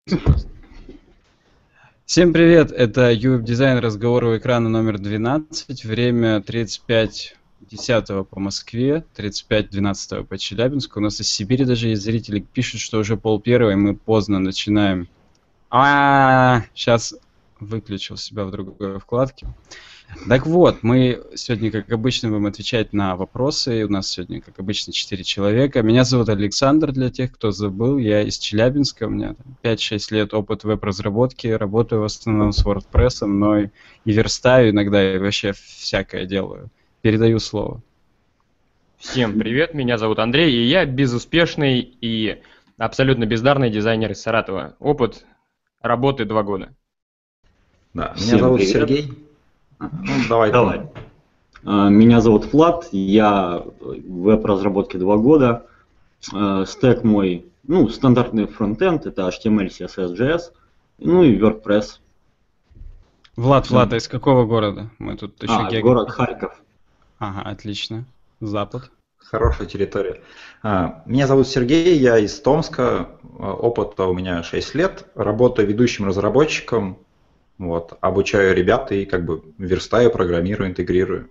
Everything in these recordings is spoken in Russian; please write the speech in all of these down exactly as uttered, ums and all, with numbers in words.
Всем привет, это ю веб-дизайн разговорного экрана номер двенадцать, время тридцать пять десятого по Москве, тридцать пять двенадцатого по Челябинску. У нас из Сибири даже есть зрители, пишут, что уже пол первого, и мы поздно начинаем. А, сейчас выключил себя в другой вкладке. Так вот, мы сегодня, как обычно, будем отвечать на вопросы. У нас сегодня, как обычно, четыре человека. Меня зовут Александр, для тех, кто забыл. Я из Челябинска, у меня пять-шесть лет опыт веб-разработки. Работаю в основном с WordPress, но и верстаю иногда, и вообще всякое делаю. Передаю слово. Всем привет, меня зовут Андрей, и я безуспешный и абсолютно бездарный дизайнер из Саратова. Опыт работы два года. Да, меня Всем зовут привет. Сергей. Ну, давай. Давай. Меня зовут Влад, я в веб-разработке два года. Стек мой, ну, стандартный фронтенд, это эйч ти эм эль, си эс эс, джей эс, ну и WordPress. Влад, Влад, а из какого города? Мы тут еще а, гег... город Харьков. Ага, отлично. Запад. Хорошая территория. Меня зовут Сергей, я из Томска, опыта у меня шесть лет, работаю ведущим разработчиком. Вот, обучаю ребят и как бы верстаю, программирую, интегрирую.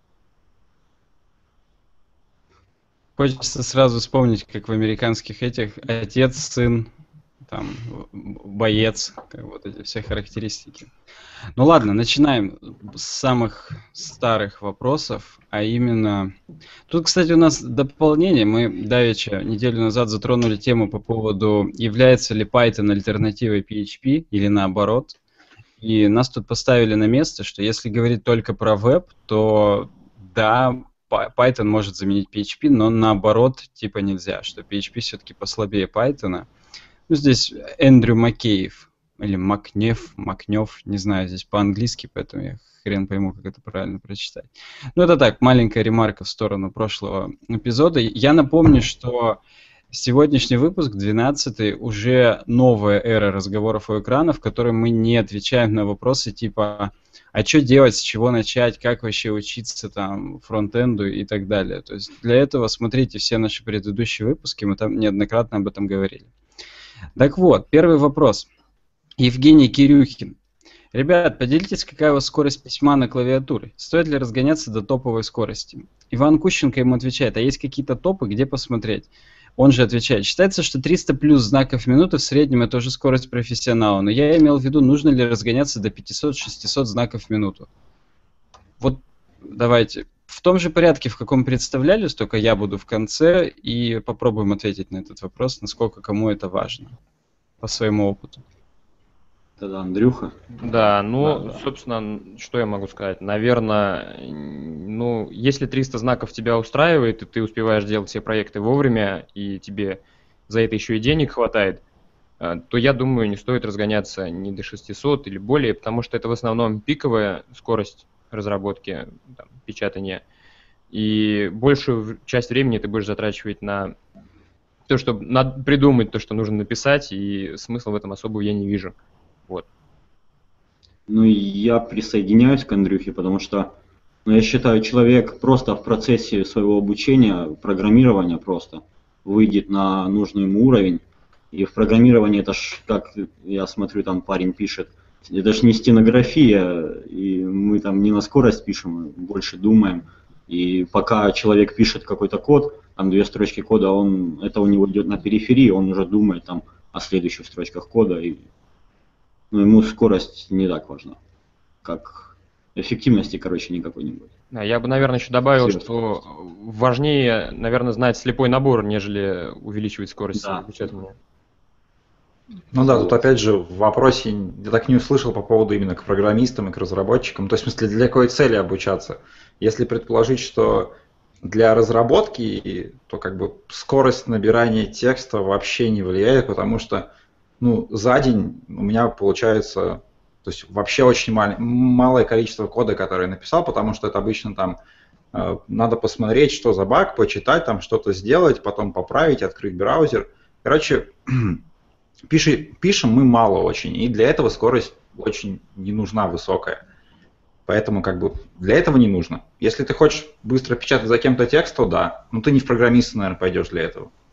Хочется сразу вспомнить, как в американских этих отец, сын, там, боец, как вот эти все характеристики. Ну ладно, начинаем с самых старых вопросов, а именно... Тут, кстати, у нас дополнение. Мы давеча, неделю назад затронули тему по поводу, является ли Python альтернативой пи эйч пи или наоборот. И нас тут поставили на место, что если говорить только про веб, то да, Python может заменить пи эйч пи, но наоборот типа нельзя, что пи эйч пи все-таки послабее Python. Ну, здесь Эндрю Макеев, или Макнев, Макнев, не знаю, здесь по-английски, поэтому я хрен пойму, как это правильно прочитать. Ну, это так, маленькая ремарка в сторону прошлого эпизода. Я напомню, что сегодняшний выпуск, двенадцатый, уже новая эра разговоров у экрана, в которой мы не отвечаем на вопросы типа а что делать, с чего начать, как вообще учиться там фронтенду и так далее. То есть для этого смотрите все наши предыдущие выпуски, мы там неоднократно об этом говорили. Так вот, первый вопрос. Евгений Кирюхин. Ребят, поделитесь, какая у вас скорость письма на клавиатуре? Стоит ли разгоняться до топовой скорости? Иван Кущенко ему отвечает, а есть какие-то топы, где посмотреть? Он же отвечает, считается, что триста плюс знаков в минуту в среднем это уже скорость профессионала, но я имел в виду, нужно ли разгоняться до пятисот-шестисот знаков в минуту. Вот давайте, в том же порядке, в каком представляли, только я буду в конце, и попробуем ответить на этот вопрос, насколько кому это важно, по своему опыту. Тогда Андрюха. Да, ну, Да, да. собственно, что я могу сказать? Наверное, ну, если триста знаков тебя устраивает, и ты успеваешь делать все проекты вовремя, и тебе за это еще и денег хватает, то я думаю, не стоит разгоняться ни до шестисот или более, потому что это в основном пиковая скорость разработки, там, печатания, и большую часть времени ты будешь затрачивать на то, чтобы надо придумать то, что нужно написать, и смысла в этом особого я не вижу. Вот. Ну, я присоединяюсь к Андрюхе, потому что, ну, я считаю, человек просто в процессе своего обучения, программирования просто, выйдет на нужный ему уровень. И в программировании это ж, как я смотрю, там парень пишет, это ж не стенография, и мы там не на скорость пишем, больше думаем. И пока человек пишет какой-то код, там две строчки кода, он, это у него идет на периферии, он уже думает там о следующих строчках кода. И, ну, ему скорость не так важна, как эффективности, короче, никакой не будет. Я бы, наверное, еще добавил, Спасибо. что важнее, наверное, знать слепой набор, нежели увеличивать скорость Да. печатания. Ну да, тут опять же в вопросе я так не услышал по поводу именно к программистам и к разработчикам. То есть, в смысле, для какой цели обучаться? Если предположить, что для разработки, то как бы скорость набирания текста вообще не влияет, потому что ну, за день у меня получается, то есть вообще очень мал, малое количество кода, которое я написал, потому что это обычно там э, надо посмотреть, что за баг, почитать, там что-то сделать, потом поправить, открыть браузер. Короче, пиши, пишем мы мало очень, и для этого скорость очень не нужна высокая. Поэтому как бы для этого не нужно. Если ты хочешь быстро печатать за кем-то текст, то да. Но ты не в программиста, наверное, пойдешь для этого.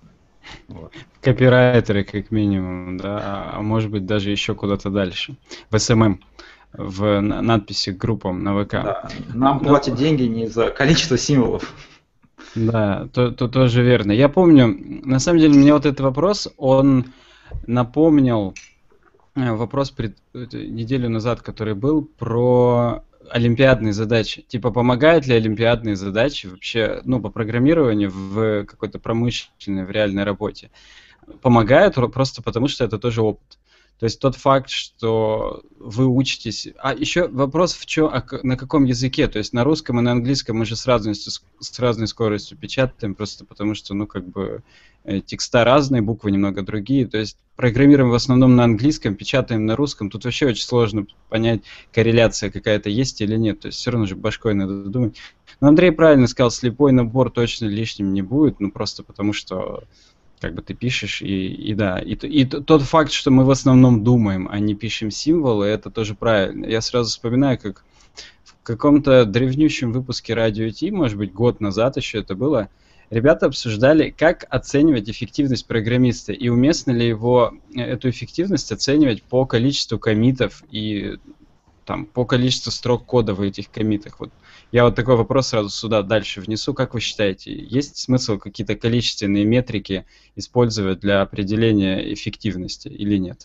Вот. Копирайтеры, как минимум, да, а, а может быть даже еще куда-то дальше. В эс эм эм, в на- надписи к группам на вэ ка. Да, нам Ну, платят деньги не за количество символов. да, то, то тоже верно. Я помню, на самом деле, мне вот этот вопрос, он напомнил э, вопрос пред, это, неделю назад, который был про олимпиадные задачи. Типа, помогают ли олимпиадные задачи вообще, ну, по программированию в какой-то промышленной, в реальной работе? Помогают ро- просто потому, что это тоже опыт. То есть тот факт, что вы учитесь... А еще вопрос, в чё, а к- на каком языке? То есть на русском и на английском мы же с разностью, с с разной скоростью печатаем, просто потому что, ну, как бы э, текста разные, буквы немного другие. То есть программируем в основном на английском, печатаем на русском. Тут вообще очень сложно понять, корреляция какая-то есть или нет. То есть все равно же башкой надо думать. Но Андрей правильно сказал, слепой набор точно лишним не будет, ну, просто потому что как бы ты пишешь, и, и да, и, т- и т- тот факт, что мы в основном думаем, а не пишем символы, это тоже правильно. Я сразу вспоминаю, как в каком-то древнющем выпуске Радио Ти, может быть, год назад еще это было, ребята обсуждали, как оценивать эффективность программиста, и уместно ли его, э, эту эффективность оценивать по количеству коммитов и там, по количеству строк кода в этих коммитах. Вот я вот такой вопрос сразу сюда дальше внесу. Как вы считаете, есть смысл какие-то количественные метрики использовать для определения эффективности или нет?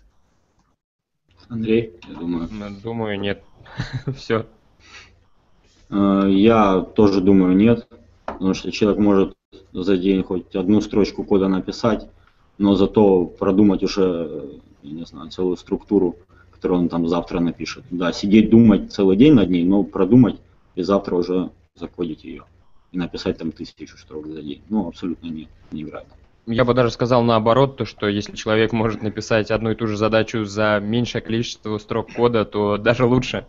Андрей, я думаю. Ну, думаю, нет. Все. Э, Я тоже думаю, нет, потому что человек может за день хоть одну строчку кода написать, но зато продумать уже, э, я не знаю, целую структуру, которую он там завтра напишет. Да, сидеть думать целый день над ней, но продумать и завтра уже закодить ее. И написать там тысячу строк за день. Ну, абсолютно нет, не играет. Я бы даже сказал наоборот, то, что если человек может написать одну и ту же задачу за меньшее количество строк кода, то даже лучше.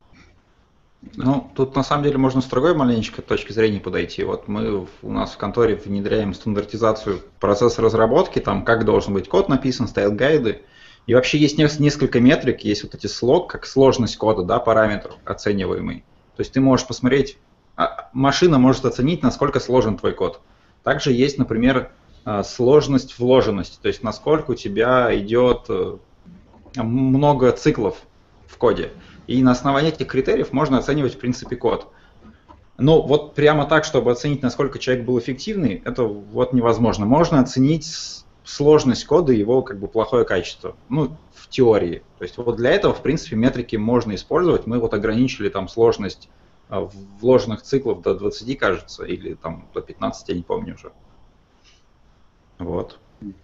Ну, тут на самом деле можно с другой маленечко точки зрения подойти. Вот мы в- у нас в конторе внедряем стандартизацию процесса разработки, там как должен быть код написан, стоят гайды. И вообще есть нес- несколько метрик, есть вот эти слог, как сложность кода, да, параметр оцениваемый. То есть ты можешь посмотреть, а, машина может оценить, насколько сложен твой код. Также есть, например, а, сложность вложенности, то есть насколько у тебя идет э, много циклов в коде. И на основании этих критериев можно оценивать, в принципе, код. Но вот прямо так, чтобы оценить, насколько человек был эффективный, это вот невозможно. Можно оценить с- сложность кода и его как бы плохое качество. Ну, в теории. То есть вот для этого, в принципе, метрики можно использовать. Мы вот ограничили там сложность а, вложенных циклов до двадцати, кажется, или там до пятнадцати, я не помню уже. Вот.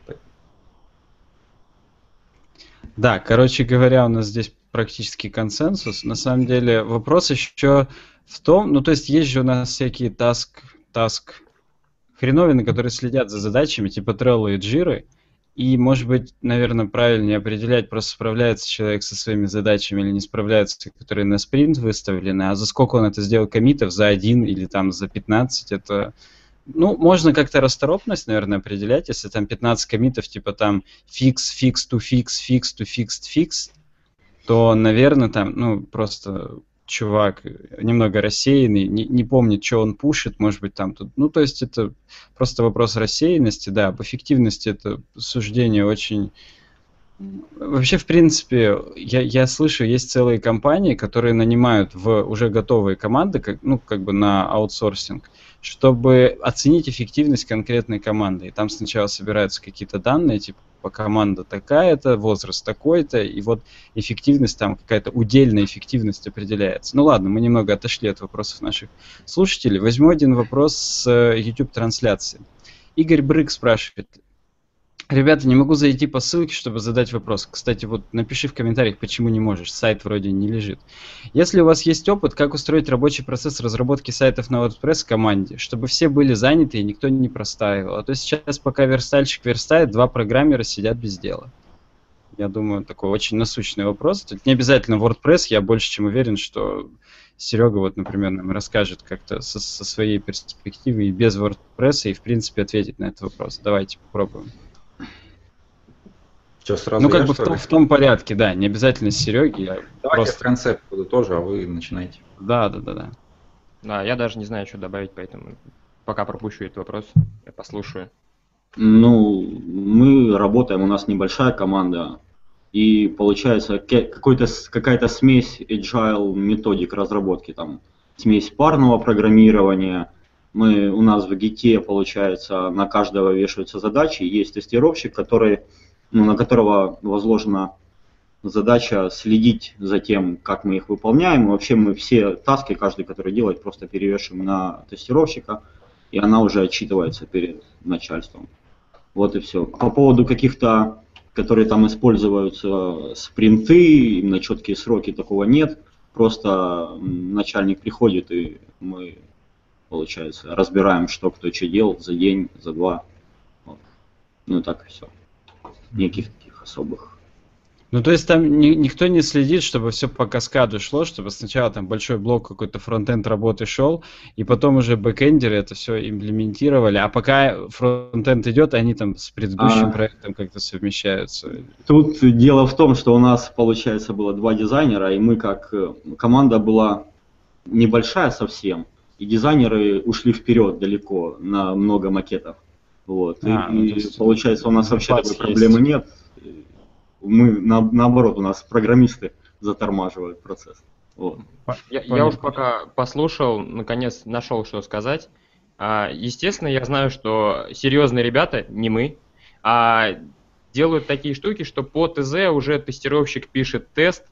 Да, короче говоря, у нас здесь практически консенсус. На самом деле вопрос еще в том, ну то есть есть же у нас всякие таск, таск хреновины, которые следят за задачами, типа Trello и Jira, и, может быть, наверное, правильнее определять, просто справляется человек со своими задачами или не справляется, которые на спринт выставлены, а за сколько он это сделал коммитов, за один или там за пятнадцать, это... Ну, можно как-то расторопность, наверное, определять, если там пятнадцать коммитов, типа там fix, fix to fix, fix to fixed fix, то, наверное, там, ну, просто чувак немного рассеянный, не, не помнит, что он пушит, может быть, там тут... Ну, то есть это просто вопрос рассеянности, да, об эффективности это суждение очень... Вообще, в принципе, я, я слышу, есть целые компании, которые нанимают в уже готовые команды, как, ну, как бы на аутсорсинг, чтобы оценить эффективность конкретной команды. И там сначала собираются какие-то данные, типа команда такая-то, возраст такой-то, и вот эффективность там, какая-то удельная эффективность определяется. Ну ладно, мы немного отошли от вопросов наших слушателей. Возьму один вопрос с э, YouTube-трансляции. Игорь Брык спрашивает. Ребята, не могу зайти по ссылке, чтобы задать вопрос. Кстати, вот напиши в комментариях, почему не можешь. Сайт вроде не лежит. Если у вас есть опыт, как устроить рабочий процесс разработки сайтов на WordPress в команде, чтобы все были заняты и никто не простаивал. А то сейчас, пока верстальщик верстает, два программера сидят без дела. Я думаю, такой очень насущный вопрос. Тут не обязательно WordPress, я больше чем уверен, что Серега, вот, например, нам расскажет как-то со, со своей перспективы и без WordPress, и, в принципе, ответить на этот вопрос. Давайте попробуем. Что, сразу Ну, как я, бы в что том, ли? в том порядке, да, не обязательно с Сереги, я Давайте я в просто... конце буду тоже, а вы начинайте. Да, да, да, да. Да, я даже не знаю, что добавить, поэтому пока пропущу этот вопрос, я послушаю. Ну, мы работаем, у нас небольшая команда, и получается ке- какой-то, с- какая-то смесь agile методик разработки, там, смесь парного программирования. Мы, у нас в Гите, получается, на каждого вешаются задачи, есть тестировщик, который, ну, на которого возложена задача следить за тем, как мы их выполняем. Вообще мы все таски, каждый, который делает, просто перевешиваем на тестировщика, и она уже отчитывается перед начальством. Вот и все. По поводу каких-то, которые там используются, спринты, именно четкие сроки, такого нет. Просто начальник приходит, и мы, получается, разбираем, что кто что делал за день, за два. Вот. Ну и так и все. Никаких таких особых. Ну, то есть там ни- никто не следит, чтобы все по каскаду шло, чтобы сначала там большой блок какой-то фронтенд работы шел, и потом уже бэкэндеры это все имплементировали, а пока фронтенд идет, они там с предыдущим А. проектом как-то совмещаются. Тут дело в том, что у нас, получается, было два дизайнера, и мы как э, команда была небольшая совсем, и дизайнеры ушли вперед далеко на много макетов. Вот. А, и ну, и то есть получается, у нас вообще такой запас проблемы есть. нет. Мы, на- наоборот, у нас программисты затормаживают процесс. Вот. Я, я Понял. уж пока послушал, наконец нашел, что сказать. А, естественно, я знаю, что серьезные ребята, не мы, а делают такие штуки, что по ТЗ уже тестировщик пишет тест,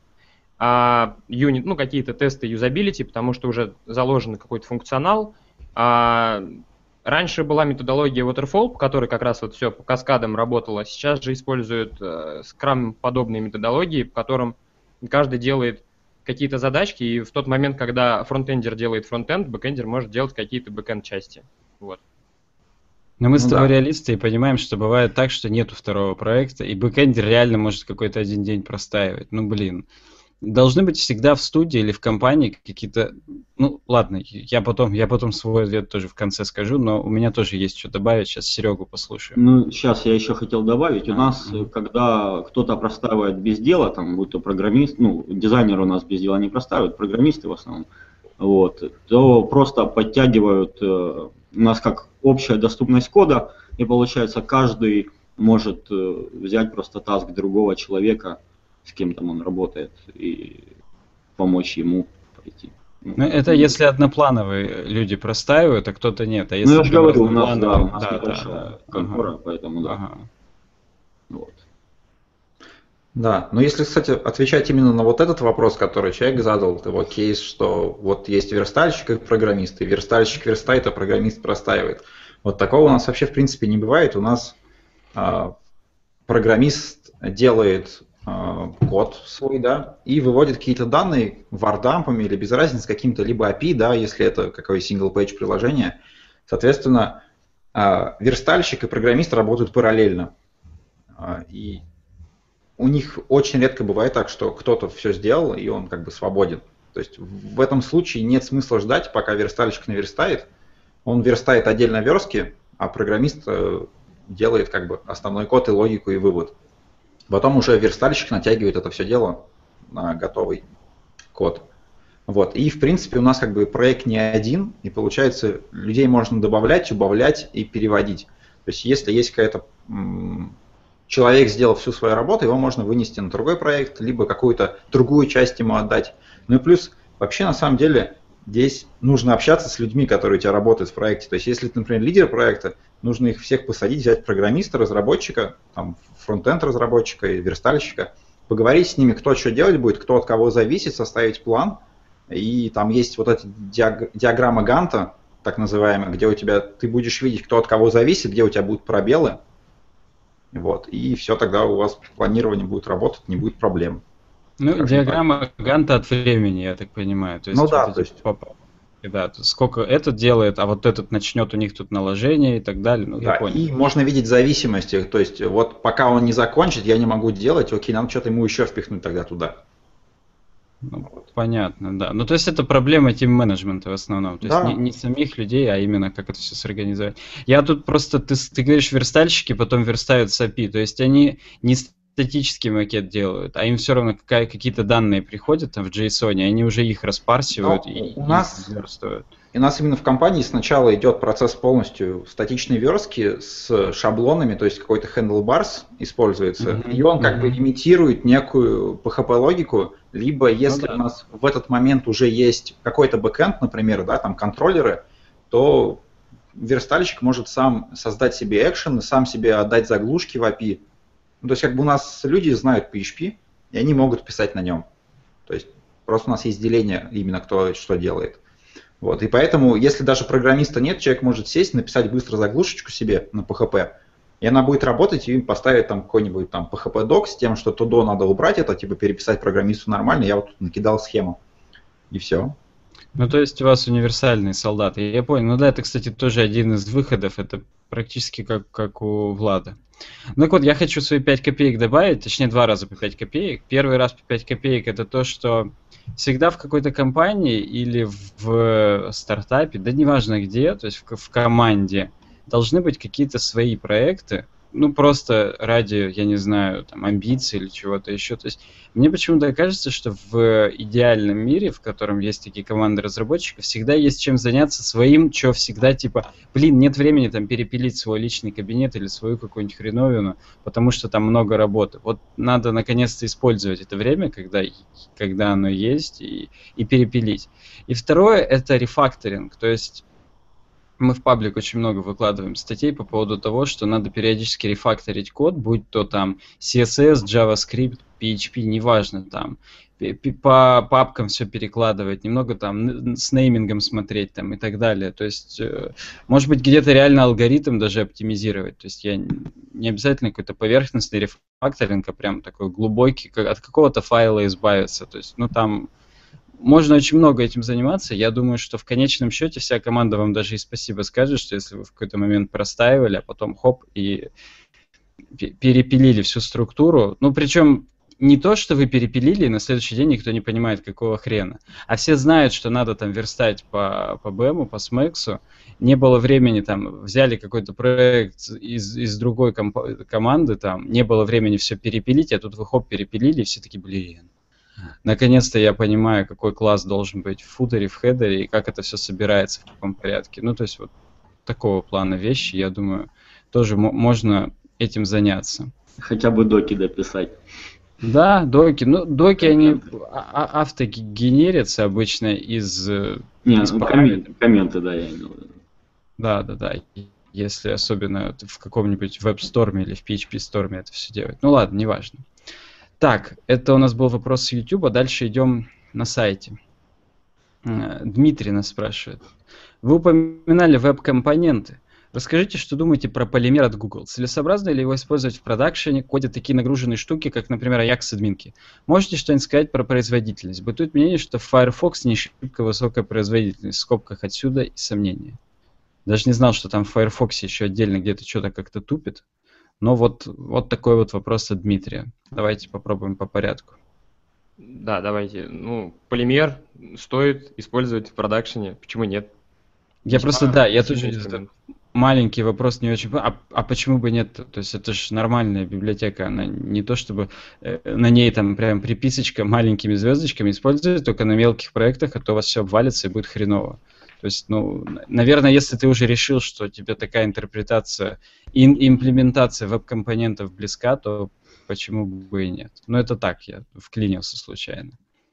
а, юнит, ну какие-то тесты юзабилити, потому что уже заложен какой-то функционал. А, раньше была методология Waterfall, по которой как раз вот все по каскадам работало. Сейчас же используют э, Scrum-подобные методологии, по которым каждый делает какие-то задачки, и в тот момент, когда фронтендер делает фронтенд, бэкендер может делать какие-то бэкенд части. Вот. Но мы с Ну тобой да. реалисты и понимаем, что бывает так, что нету второго проекта, и бэкэндер реально может какой-то один день простаивать. Ну, блин. Должны быть всегда в студии или в компании какие-то... Ну, ладно, я потом, я потом свой ответ тоже в конце скажу, но у меня тоже есть что добавить. Сейчас Серегу послушаем. Ну, сейчас я еще хотел добавить. У А, нас, мгм. э, когда кто-то простаивает без дела, там, будь то программист, ну, дизайнер у нас без дела не простаивает, программисты в основном, вот, то просто подтягивают, э, у нас как общая доступность кода, и получается каждый может э, взять просто таск другого человека, с кем там он работает, и помочь ему пойти. Ну, Ну, это если одноплановые люди простаивают, а кто-то нет. А ну, если я же прям говорю, у нас, да, разноплановые- у нас да, да, небольшая да. контора, Ага, поэтому да. ага. Вот. Да, но если, кстати, отвечать именно на вот этот вопрос, который человек задал, его кейс, что вот есть верстальщик и программист, и верстальщик верстает, а программист простаивает. Вот такого у нас вообще в принципе не бывает. У нас а, программист делает а, код свой, да, и выводит какие-то данные вардампами или без разницы каким-то либо эй пи ай, да, если это какое single-page приложение. Соответственно, а, верстальщик и программист работают параллельно. А, и у них очень редко бывает так, что кто-то все сделал, и он как бы свободен. То есть в этом случае нет смысла ждать, пока верстальщик наверстает. Он верстает отдельно верстки, а программист э, делает как бы основной код и логику и вывод. Потом уже верстальщик натягивает это все дело на готовый код. Вот. И в принципе у нас как бы проект не один, и получается людей можно добавлять, убавлять и переводить. То есть если есть какая-то... м, человек сделал всю свою работу, его можно вынести на другой проект, либо какую-то другую часть ему отдать. Ну и плюс, вообще на самом деле, здесь нужно общаться с людьми, которые у тебя работают в проекте. То есть если ты, например, лидер проекта, нужно их всех посадить, взять программиста, разработчика, там, фронтенд разработчика и верстальщика, поговорить с ними, кто что делать будет, кто от кого зависит, составить план. И там есть вот эта диаг- диаграмма Ганта, так называемая, где у тебя ты будешь видеть, кто от кого зависит, где у тебя будут пробелы. Вот, и все, тогда у вас планирование будет работать, не будет проблем. Ну, Скажем диаграмма Ганта от времени, я так понимаю. То есть, Ну да, вот то эти есть- поп- да, то есть сколько этот делает, а вот этот начнет у них тут наложение и так далее. Ну, Да, я понял. и можно видеть зависимости, то есть вот пока он не закончит, я не могу делать, окей, надо что-то ему еще впихнуть тогда туда. Ну, понятно, да. Ну, то есть это проблема тим-менеджмента в основном. То есть Да. не, не самих людей, а именно как это все сорганизовать. Я тут просто, ты, с- ты говоришь, верстальщики потом верстают с эй пи ай. То есть они не статический макет делают, а им все равно какая, какие-то данные приходят там в JSON, и они уже их распарсивают Ну, и, у и нас- верстают. И у нас именно в компании сначала идет процесс полностью статичной верстки с шаблонами, то есть какой-то handlebars используется, Мгм, и он как бы мгм. имитирует некую пи эйч пи-логику, либо Ну если у да. нас в этот момент уже есть какой-то бэкэнд, например, да, там контроллеры, то верстальщик может сам создать себе экшен, сам себе отдать заглушки в эй пи ай. Ну, то есть как бы у нас люди знают пи эйч пи, и они могут писать на нем. То есть просто у нас есть деление именно кто что делает. Вот, и поэтому, если даже программиста нет, человек может сесть, написать быстро заглушечку себе на пи эйч пи, и она будет работать, и поставить там какой-нибудь там пи эйч пи-док с тем, что тудо надо убрать это, типа переписать программисту нормально, я вот тут накидал схему, и все. Ну, то есть у вас универсальные солдаты. Я понял. Ну да, это, кстати, тоже один из выходов. Это практически как, как у Влада. Ну так вот, я хочу свои пять копеек добавить, точнее, два раза по пять копеек. Первый раз по пять копеек это то, что всегда в какой-то компании или в стартапе, да неважно где, то есть в, в команде, должны быть какие-то свои проекты, ну просто ради, я не знаю, там, амбиций или чего-то еще. То есть мне почему-то кажется, что в идеальном мире, в котором есть такие команды разработчиков, всегда есть чем заняться своим, что всегда типа, блин, нет времени там перепилить свой личный кабинет или свою какую-нибудь хреновину, потому что там много работы. Вот надо наконец-то использовать это время, когда, когда оно есть, и, и перепилить. И второе — это рефакторинг, то есть мы в паблик очень много выкладываем статей по поводу того, что надо периодически рефакторить код, будь то там си эс эс, JavaScript, пи эйч пи, неважно, там по папкам все перекладывать, немного там с неймингом смотреть там и так далее. То есть, может быть, где-то реально алгоритм даже оптимизировать. То есть я не обязательно какой-то поверхностный рефакторинг, а прям такой глубокий, от какого-то файла избавиться. То есть, ну там можно очень много этим заниматься. Я думаю, что в конечном счете вся команда вам даже и спасибо скажет, что если вы в какой-то момент простаивали, а потом хоп, и перепилили всю структуру. Ну, причем не то, что вы перепилили, и на следующий день никто не понимает, какого хрена. А все знают, что надо там верстать по, по бэ эм, по смексу. Не было времени, там, взяли какой-то проект из, из другой комп- команды, там, не было времени все перепилить, а тут вы хоп, перепилили, и все таки блин. Наконец-то я понимаю, какой класс должен быть в футере, в хедере, и как это все собирается, в каком порядке. Ну, то есть вот такого плана вещи, я думаю, тоже м- можно этим заняться. Хотя бы доки дописать. Да, доки. Ну, доки, они а- автогенерятся обычно из, Не, из ну, параметров. комменты, комменты, да, я имел в виду. Да, да, да. Если особенно в каком-нибудь веб-сторме или в пи эйч пи-сторме это все делать. Ну ладно, неважно. Так, это у нас был вопрос с YouTube, дальше идем на сайте. Дмитрий нас спрашивает. Вы упоминали веб-компоненты. Расскажите, что думаете про полимер от Google. Целесообразно ли его использовать в продакшене, кодят такие нагруженные штуки, как, например, Ajax-админки? Можете что-нибудь сказать про производительность? Бытует мнение, что в Firefox не шибко высокая производительность, в скобках отсюда и сомнения. Даже не знал, что там в Firefox еще отдельно где-то что-то как-то тупит. Но вот, вот такой вот вопрос от Дмитрия. Давайте попробуем по порядку. Да, давайте. Ну, полимер стоит использовать в продакшене. Почему нет? Я Весьма просто, да, я сильный тоже инструмент. маленький вопрос не очень... А, а почему бы нет? То есть это же нормальная библиотека, она не то чтобы э, на ней там прям приписочка маленькими звездочками используется только на мелких проектах, а то у вас все обвалится и будет хреново. То есть, ну, наверное, если ты уже решил, что тебе такая интерпретация и имплементация веб-компонентов близка, то почему бы и нет? Но это так, я вклинился случайно.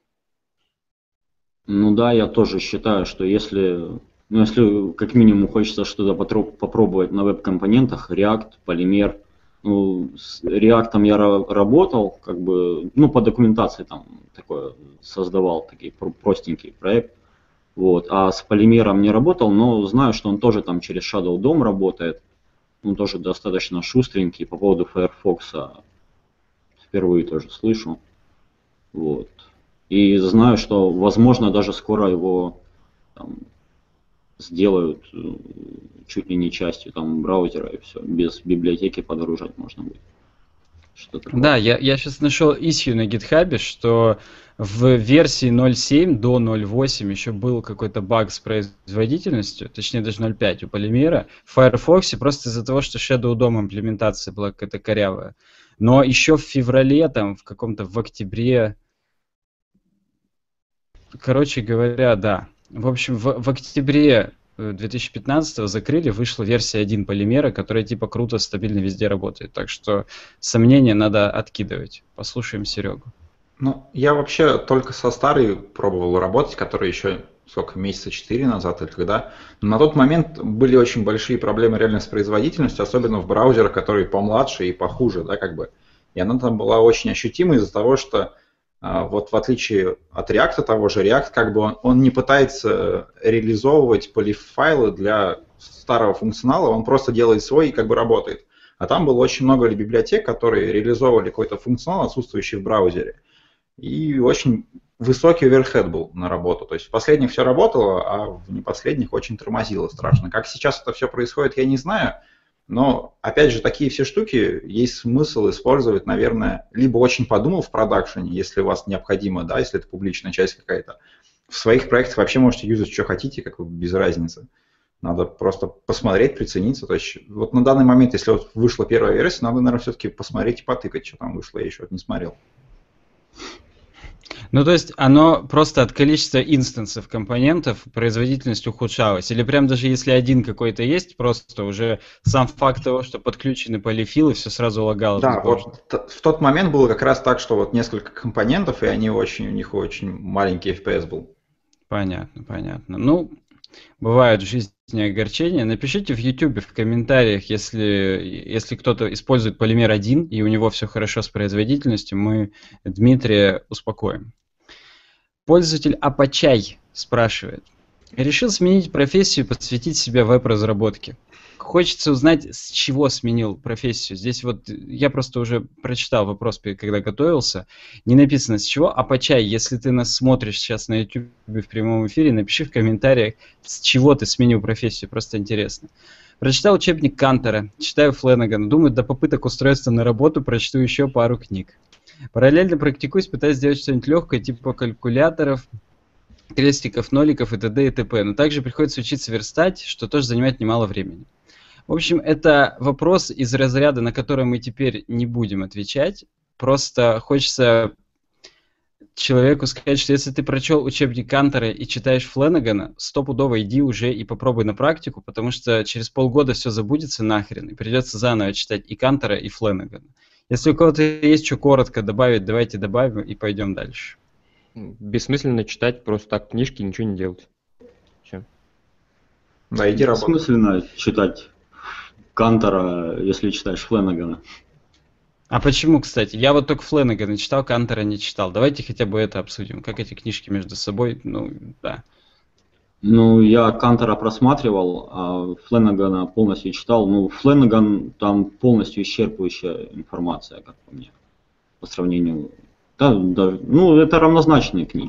Ну да, я тоже считаю, что если, ну, если как минимум хочется что-то попробовать на веб-компонентах, React, Polymer, ну, с React я работал, как бы, ну, по документации там такое создавал, такой простенький проект. Вот. А с полимером не работал, но знаю, что он тоже там через Shadow дом работает. Он тоже достаточно шустренький. По поводу Firefox впервые тоже слышу. Вот. И знаю, что, возможно, даже скоро его там сделают чуть ли не частью там браузера, и все. Без библиотеки подгружать можно будет. Что такое? Да, я, я сейчас нашел issue на GitHub, что в версии ноль семь до ноль восемь еще был какой-то баг с производительностью, точнее даже ноль пять у полимера, в Firefox просто из-за того, что Shadow дом имплементация была какая-то корявая. Но еще в феврале, там, в каком-то в октябре, короче говоря, да, В общем, в, в октябре две тысячи пятнадцатого закрыли, вышла версия один полимера, которая типа круто, стабильно везде работает. Так что сомнения надо откидывать. Послушаем Серегу. Ну, я вообще только со старой пробовал работать, который еще, сколько, месяца четыре назад или когда. Но на тот момент были очень большие проблемы реально с производительностью, особенно в браузерах, которые помладше и похуже, да, как бы. И она там была очень ощутима из-за того, что а, вот в отличие от React, того же React, как бы он, он не пытается реализовывать полифайлы для старого функционала, он просто делает свой и как бы работает. А там было очень много библиотек, которые реализовывали какой-то функционал, отсутствующий в браузере. И очень высокий оверхед был на работу. То есть в последних все работало, а в непоследних очень тормозило страшно. Как сейчас это все происходит, я не знаю. Но, опять же, такие все штуки есть смысл использовать, наверное, либо очень подумав в продакшене, если у вас необходимо, да, если это публичная часть какая-то. В своих проектах вообще можете юзать, что хотите, как бы без разницы. Надо просто посмотреть, прицениться. То есть вот на данный момент, если вот вышла первая версия, надо, наверное, все-таки посмотреть и потыкать, что там вышло. Я еще вот не смотрел. Ну, то есть оно просто от количества инстансов компонентов производительность ухудшалась? Или прям даже если один какой-то есть, просто уже сам факт того, что подключены полифилы, все сразу лагало? Да, вот в тот момент было как раз так, что вот несколько компонентов, и они очень, у них очень маленький эф пи эс был. Понятно, понятно. Ну, бывают в жизни огорчения. Напишите в YouTube в комментариях, если, если кто-то использует полимер один и у него все хорошо с производительностью, мы Дмитрия успокоим. Пользователь Апачай спрашивает. Решил сменить профессию и посвятить себя веб-разработке. Хочется узнать, с чего сменил профессию. Здесь вот я просто уже прочитал вопрос, когда готовился. Не написано с чего. Апачай, если ты нас смотришь сейчас на YouTube в прямом эфире, напиши в комментариях, с чего ты сменил профессию. Просто интересно. Прочитал учебник Кантера, читаю Фленагана. Думаю, до попыток устроиться на работу прочту еще пару книг. Параллельно практикуюсь, пытаюсь сделать что-нибудь легкое, типа калькуляторов, крестиков, ноликов и т.д. и т.п. Но также приходится учиться верстать, что тоже занимает немало времени. В общем, это вопрос из разряда, на который мы теперь не будем отвечать. Просто хочется человеку сказать, что если ты прочел учебник Кантера и читаешь Фленагана, стопудово иди уже и попробуй на практику, потому что через полгода все забудется нахрен, и придется заново читать и Кантера, и Фленагана. Если у кого-то есть что коротко добавить, давайте добавим и пойдем дальше. Бессмысленно читать просто так книжки, ничего не делать. Все. Да, иди работай. Бессмысленно читать Кантера, если читаешь Фленагана. А почему, кстати? Я вот только Фленагана читал, Кантера не читал. Давайте хотя бы это обсудим. Как эти книжки между собой, ну, да. Ну, я Кантера просматривал, а Фленагана полностью читал. Ну, Фленаган там полностью исчерпывающая информация, как по мне, по сравнению. Да, да, ну, это равнозначные книги.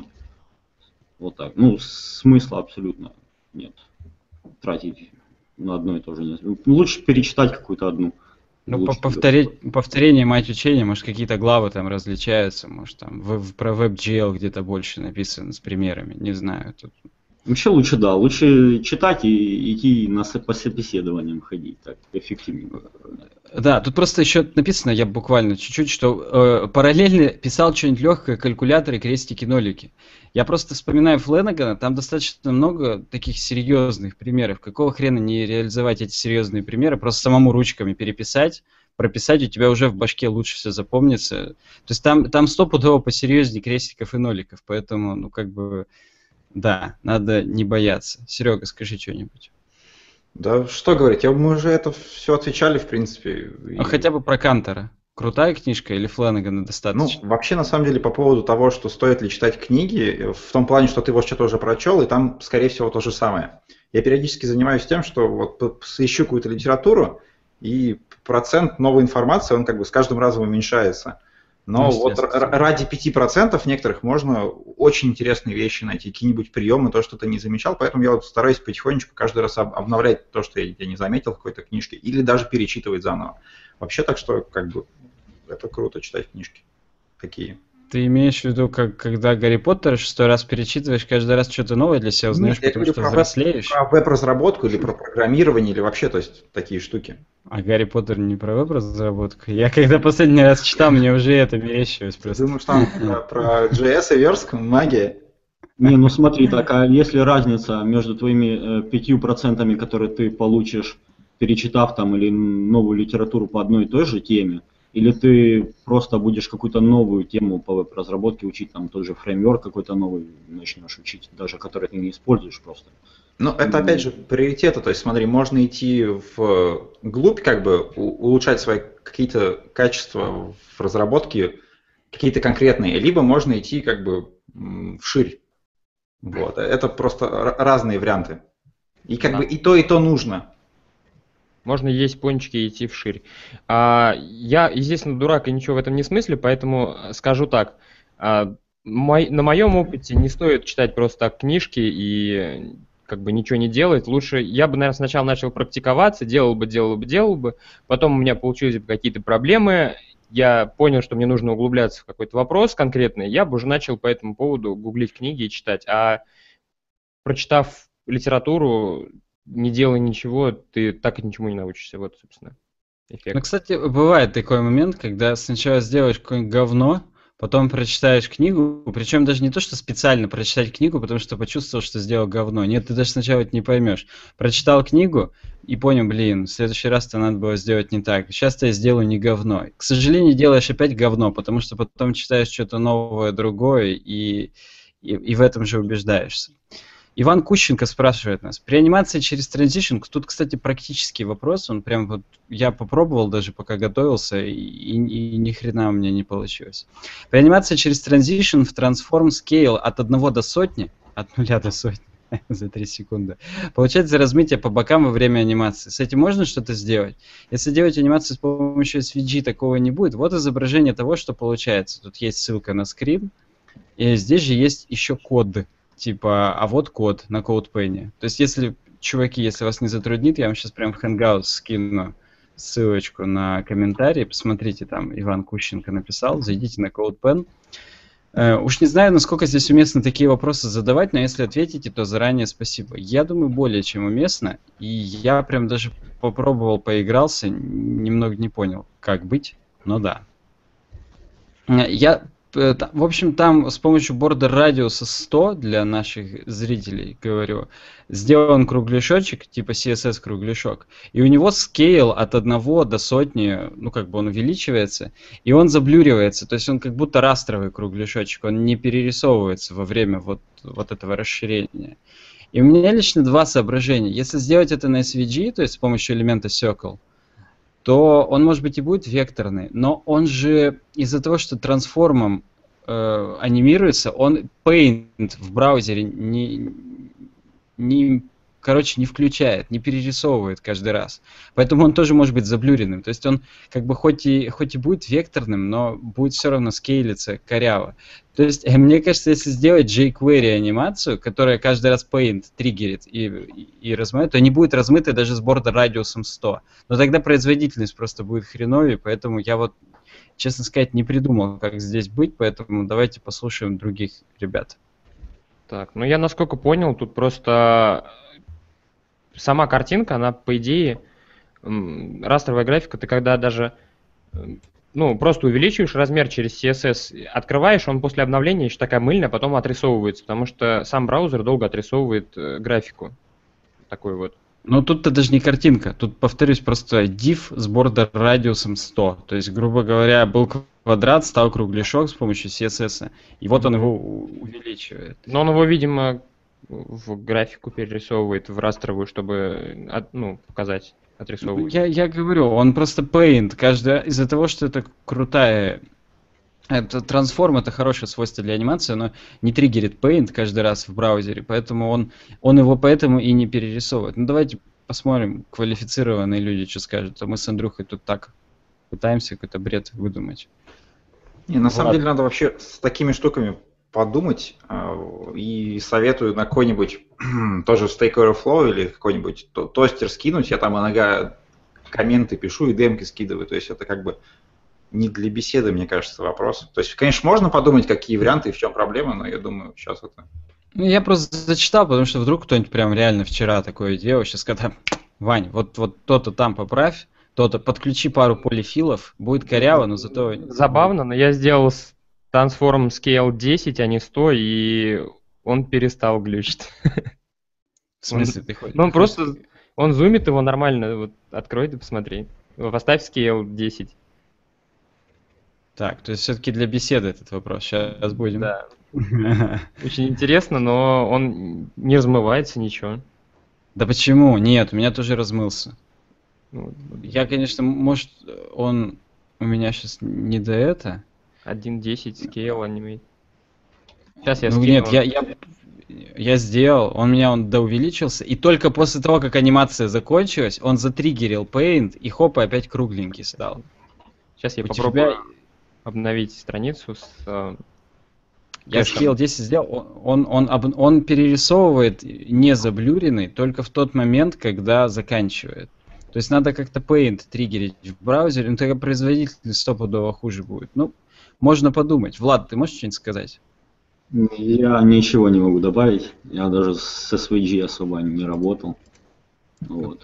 Вот так. Ну, смысла абсолютно нет. Тратить на одно и то же нет. Лучше перечитать какую-то одну. Ну, повторить, повторение мать учения, может, какие-то главы там различаются, может, там в, в, про WebGL где-то больше написано с примерами, не знаю. Тут... Вообще лучше, да, лучше читать и идти на, по собеседованиям ходить, так эффективнее. Да, тут просто еще написано, я буквально чуть-чуть, что э, параллельно писал что-нибудь легкое, калькуляторы, крестики, нолики. Я просто вспоминаю Фленагана, там достаточно много таких серьезных примеров. Какого хрена не реализовать эти серьезные примеры, просто самому ручками переписать, прописать, у тебя уже в башке лучше все запомнится. То есть там, там стопудово посерьезнее крестиков и ноликов, поэтому, ну, как бы, да, надо не бояться. Серега, скажи что-нибудь. Да что говорить, я, мы уже это все отвечали, в принципе. А и... хотя бы про Кантера. Крутая книжка или Фленагана достаточно? Ну, вообще, на самом деле, по поводу того, что стоит ли читать книги, в том плане, что ты его что-то уже прочел, и там, скорее всего, то же самое. Я периодически занимаюсь тем, что вот ищу какую-то литературу, и процент новой информации, он как бы с каждым разом уменьшается. Но вот ради пяти процентов некоторых можно очень интересные вещи найти, какие-нибудь приемы, то, что ты не замечал. Поэтому я вот стараюсь потихонечку каждый раз обновлять то, что я не заметил в какой-то книжке, или даже перечитывать заново. Вообще, так что, как бы, это круто читать книжки такие. Ты имеешь в виду, как, когда Гарри Поттер шестой раз перечитываешь, каждый раз что-то новое для себя узнаешь, Нет, потому я что про взрослеешь? Про веб-разработку или про программирование, или вообще, то есть, такие штуки. А Гарри Поттер не про веб-разработку? Я когда последний раз читал, мне уже это мерещилось просто. Думаешь, там про джей эс и верстку, магия? Не, ну смотри, так, а если разница между твоими э, пятью процентами, которые ты получишь, перечитав там или новую литературу по одной и той же теме, или ты просто будешь какую-то новую тему по веб-разработке учить, там тот же фреймворк какой-то новый начнешь учить, даже который ты не используешь просто. Ну, это опять же приоритеты, то есть смотри, можно идти в глубь, как бы у- улучшать свои какие-то качества в разработке, какие-то конкретные, либо можно идти как бы м, вширь. Вот. Это просто р- разные варианты. И как Да. бы и то, и то нужно. Можно есть пончики и идти вширь. А, я, естественно, дурак и ничего в этом не смысле, поэтому скажу так. А, мой- на моем опыте не стоит читать просто так книжки и как бы ничего не делать. Лучше я бы, наверное, сначала начал практиковаться, делал бы, делал бы, делал бы. Потом у меня получились бы какие-то проблемы. Я понял, что мне нужно углубляться в какой-то вопрос конкретный. Я бы уже начал по этому поводу гуглить книги и читать. А прочитав литературу, не делая ничего, ты так и ничему не научишься. Вот, собственно, эффект. Ну, кстати, бывает такой момент, когда сначала сделаешь какое-нибудь говно, потом прочитаешь книгу, причем даже не то, что специально прочитать книгу, потому что почувствовал, что сделал говно. Нет, ты даже сначала это не поймешь. Прочитал книгу и понял, блин, в следующий раз-то надо было сделать не так. Сейчас-то я сделаю не говно. К сожалению, делаешь опять говно, потому что потом читаешь что-то новое, другое, и, и, и в этом же убеждаешься. Иван Кущенко спрашивает нас. При анимации через транзишн, тут, кстати, практический вопрос, он прям вот, я попробовал даже пока готовился, и, и, и ни хрена у меня не получилось. При анимации через транзишн в Transform Scale от одного до сотни, от нуля до сотни за три секунды, получается размытие по бокам во время анимации. С этим можно что-то сделать? Если делать анимацию с помощью эс ви джи, такого не будет. Вот изображение того, что получается. Тут есть ссылка на скрин, и здесь же есть еще код. Типа, а вот код на CodePen. То есть, если, чуваки, если вас не затруднит, я вам сейчас прям в Hangouts скину ссылочку на комментарий. Посмотрите, там Иван Кущенко написал, зайдите на CodePen. Uh, уж не знаю, насколько здесь уместно такие вопросы задавать, но если ответите, то заранее спасибо. Я думаю, более чем уместно, и я прям даже попробовал, поигрался, немного не понял, как быть, но да. Uh, я... В общем, там с помощью бордер радиуса сто для наших зрителей, говорю, сделан кругляшочек, типа си эс эс кругляшок, и у него скейл от одного до сотни, ну как бы он увеличивается, и он заблюривается, то есть он как будто растровый кругляшочек, он не перерисовывается во время вот, вот этого расширения. И у меня лично два соображения. Если сделать это на эс ви джи, то есть с помощью элемента Circle, то он, может быть, и будет векторный, но он же из-за того, что трансформом э, анимируется, он Paint в браузере не, не, короче, не включает, не перерисовывает каждый раз. Поэтому он тоже может быть заблюренным. То есть он как бы хоть и, хоть и будет векторным, но будет все равно скейлиться коряво. То есть, мне кажется, если сделать jQuery анимацию, которая каждый раз Paint триггерит и, и, и размывает, то не будет размытой даже с бордер радиусом сто. Но тогда производительность просто будет хреновее, поэтому я вот, честно сказать, не придумал, как здесь быть, поэтому давайте послушаем других ребят. Так, ну я насколько понял, тут просто сама картинка, она, по идее, растровая графика, ты когда даже... Ну, просто увеличиваешь размер через си эс эс, открываешь, он после обновления еще такая мыльная, потом отрисовывается, потому что сам браузер долго отрисовывает э, графику. Такой вот. Но тут-то даже не картинка, тут, повторюсь, просто div с бордер радиусом сто. То есть, грубо говоря, был квадрат, стал кругляшок с помощью си эс эс, и вот он его увеличивает. Но он его, видимо, в графику перерисовывает, в растровую, чтобы, ну, показать. Я, я говорю, он просто Paint, каждый из-за того, что это крутая, это трансформ, это хорошее свойство для анимации, но не триггерит Paint каждый раз в браузере, поэтому он, он его поэтому и не перерисовывает. Ну давайте посмотрим, квалифицированные люди что скажут, а мы с Андрюхой тут так пытаемся какой-то бред выдумать. Не, на Ладно. самом деле надо вообще с такими штуками подумать, и советую на какой-нибудь тоже Stack Overflow или какой-нибудь тостер скинуть. Я там иногда комменты пишу и демки скидываю. То есть это как бы не для беседы, мне кажется, вопрос. То есть, конечно, можно подумать, какие варианты и в чем проблема, но я думаю, сейчас это... Ну, я просто зачитал, потому что вдруг кто-нибудь прям реально вчера такое делал. Сейчас когда, Вань, вот, вот то-то там поправь, то-то подключи пару полифилов, будет коряво, но зато... Забавно, но я сделал Transform Scale десять, а не сто, и он перестал глючить. В смысле, ты хочешь? Ну, он просто, он зумит его нормально, вот открой и посмотри. Поставь скейл десять. Так, то есть все-таки для беседы этот вопрос. Сейчас будем. Да. Очень интересно, но он не размывается, ничего. Да почему? Нет, у меня тоже размылся. Ну, Я, конечно, может, он у меня сейчас не до это. один десять скейл анимейт. Сейчас я Ну скину. нет, я, я, я сделал, он у меня он доувеличился, и только после того, как анимация закончилась, он затриггерил Paint, и хоп, и опять кругленький стал. Сейчас я У попробую тебя- обновить страницу с... э, Я кэшем. скейл десять сделал, он, он, об- он перерисовывает не заблюренный только в тот момент, когда заканчивает. То есть надо как-то Paint триггерить в браузере, но тогда производительность стопудово хуже будет. Ну, можно подумать. Влад, ты можешь что-нибудь сказать? Я ничего не могу добавить. Я даже с эс ви джи особо не работал. Вот.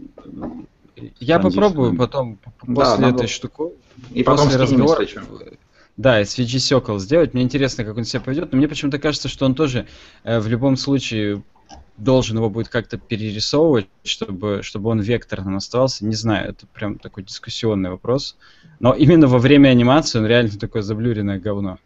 Я Transition. попробую потом, п- Да, после надо- этой штуки, И потом после скинем, разговора, если что. да, эс ви джи Circle сделать. Мне интересно, как он себя поведет, но мне почему-то кажется, что он тоже э, в любом случае должен его будет как-то перерисовывать, чтобы, чтобы он векторным оставался. Не знаю, это прям такой дискуссионный вопрос. Но именно во время анимации он реально такое заблюренное говно.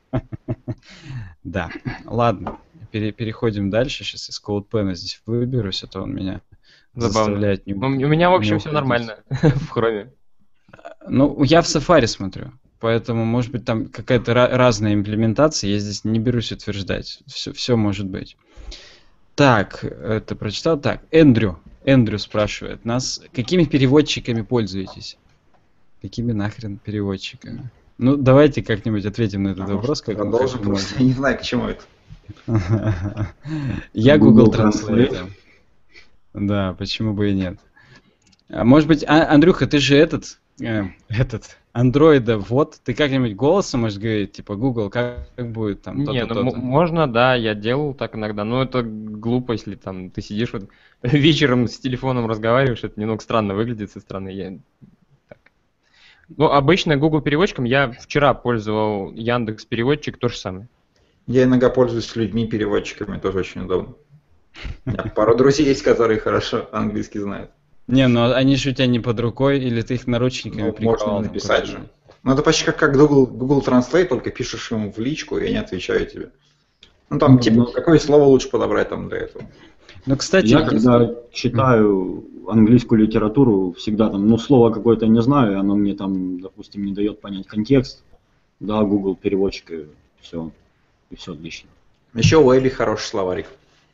Да, ладно, пере- переходим дальше. Сейчас из CodePen здесь выберусь, а то он меня Забавно. заставляет не Ну, у меня, в общем, не все уходить. нормально в хроме. Ну, я в Safari смотрю, поэтому, может быть, там какая-то ra- разная имплементация, я здесь не берусь утверждать. Все, все может быть. Так, это прочитал. Так, Эндрю. Эндрю спрашивает нас, какими переводчиками пользуетесь? Какими нахрен переводчиками? Ну, давайте как-нибудь ответим на этот А вопрос. может, Как, продолжим, как просто я не знаю, к чему это. можно. Я Google Google Translate. Translate. Да, почему бы и нет. А может быть, а- Андрюха, ты же этот, э, этот, андроида, вот, ты как-нибудь голосом можешь говорить, типа, Google, как, как будет там Не, то-то, ну м- то-то. можно, да, я делал так иногда, но это глупо, если там ты сидишь вот вечером с телефоном разговариваешь, это немного странно выглядит со стороны. Я... так. Ну, обычно Google переводчиком я вчера пользовал Яндекс переводчик, то же самое. Я иногда пользуюсь людьми-переводчиками, тоже очень удобно. У меня пару друзей есть, которые хорошо английский знают. Не, ну они же у тебя не под рукой, или ты их наручниками Ну, приковал. можно там написать куда-то. же. Ну, это почти как, как Google, Google Translate, только пишешь ему в личку, и они отвечают тебе. Ну, там, Ну, типа, ну. какое слово лучше подобрать там для этого? Ну, кстати, Я если- когда читаю английскую литературу, всегда там, ну, слово какое-то не знаю, и оно мне там, допустим, не дает понять контекст. Да, Google переводчик, и все, и все отлично. Еще у Эбби хороший словарик.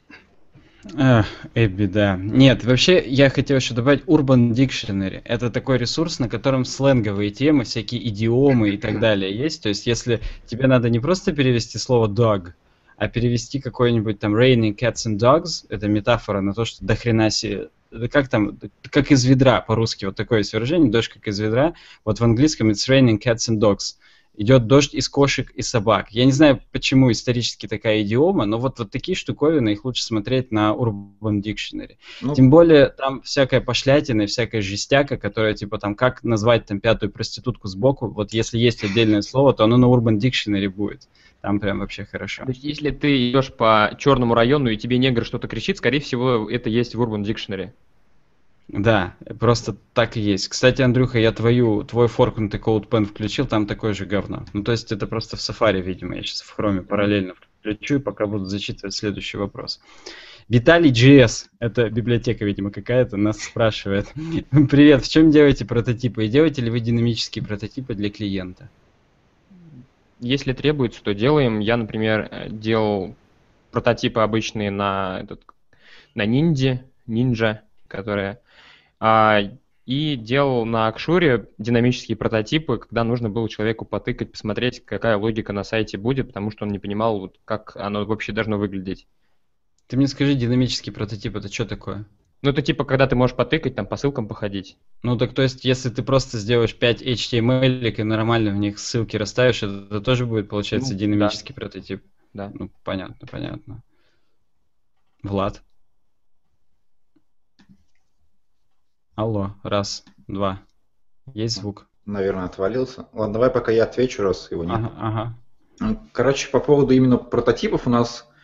Эх, Эбби, да. Нет, вообще я хотел еще добавить Urban Dictionary. Это такой ресурс, на котором сленговые темы, всякие идиомы и так далее есть. То есть если тебе надо не просто перевести слово dog, а перевести какой-нибудь там raining cats and dogs, это метафора на то, что до хрена себе, да как там, как из ведра по-русски, вот такое есть выражение, дождь как из ведра. Вот в английском it's raining cats and dogs. Идет дождь из кошек и собак. Я не знаю, почему исторически такая идиома, но вот, вот такие штуковины, их лучше смотреть на Urban Dictionary. Ну, Тем более там всякая пошлятина и всякая жестяка, которая типа там, как назвать там пятую проститутку сбоку, вот если есть отдельное слово, то оно на Urban Dictionary будет. Там прям вообще хорошо. То есть, если ты идешь по черному району и тебе негр что-то кричит, скорее всего, это есть в Urban Dictionary. Да, просто так и есть. Кстати, Андрюха, я твою, твой форкнутый CodePen включил, там такое же говно. Ну, то есть это просто в Safari, видимо. Я сейчас в Chrome параллельно включу, и пока буду зачитывать следующий вопрос. Виталий джи эс, это библиотека, видимо, какая-то, нас спрашивает. Привет, в чем делаете прототипы? И делаете ли вы динамические прототипы для клиента? Если требуется, то делаем. Я, например, э, делал прототипы обычные на, этот, на Ninja, Ninja, которая, а, и делал на Акшуре динамические прототипы, когда нужно было человеку потыкать, посмотреть, какая логика на сайте будет, потому что он не понимал, вот, как оно вообще должно выглядеть. Ты мне скажи, динамический прототип, это что такое? Ну, это типа, когда ты можешь потыкать, там, по ссылкам походить. Ну, так то есть, если ты просто сделаешь пять эйч ти эм эль и нормально в них ссылки расставишь, это тоже будет, получается, Ну, динамический прототип. Да. Ну, понятно, понятно. Влад. Алло, раз, два. Есть звук? наверное, отвалился. Ладно, давай пока я отвечу, раз его нет. Ага, ага. Короче, по поводу именно прототипов у нас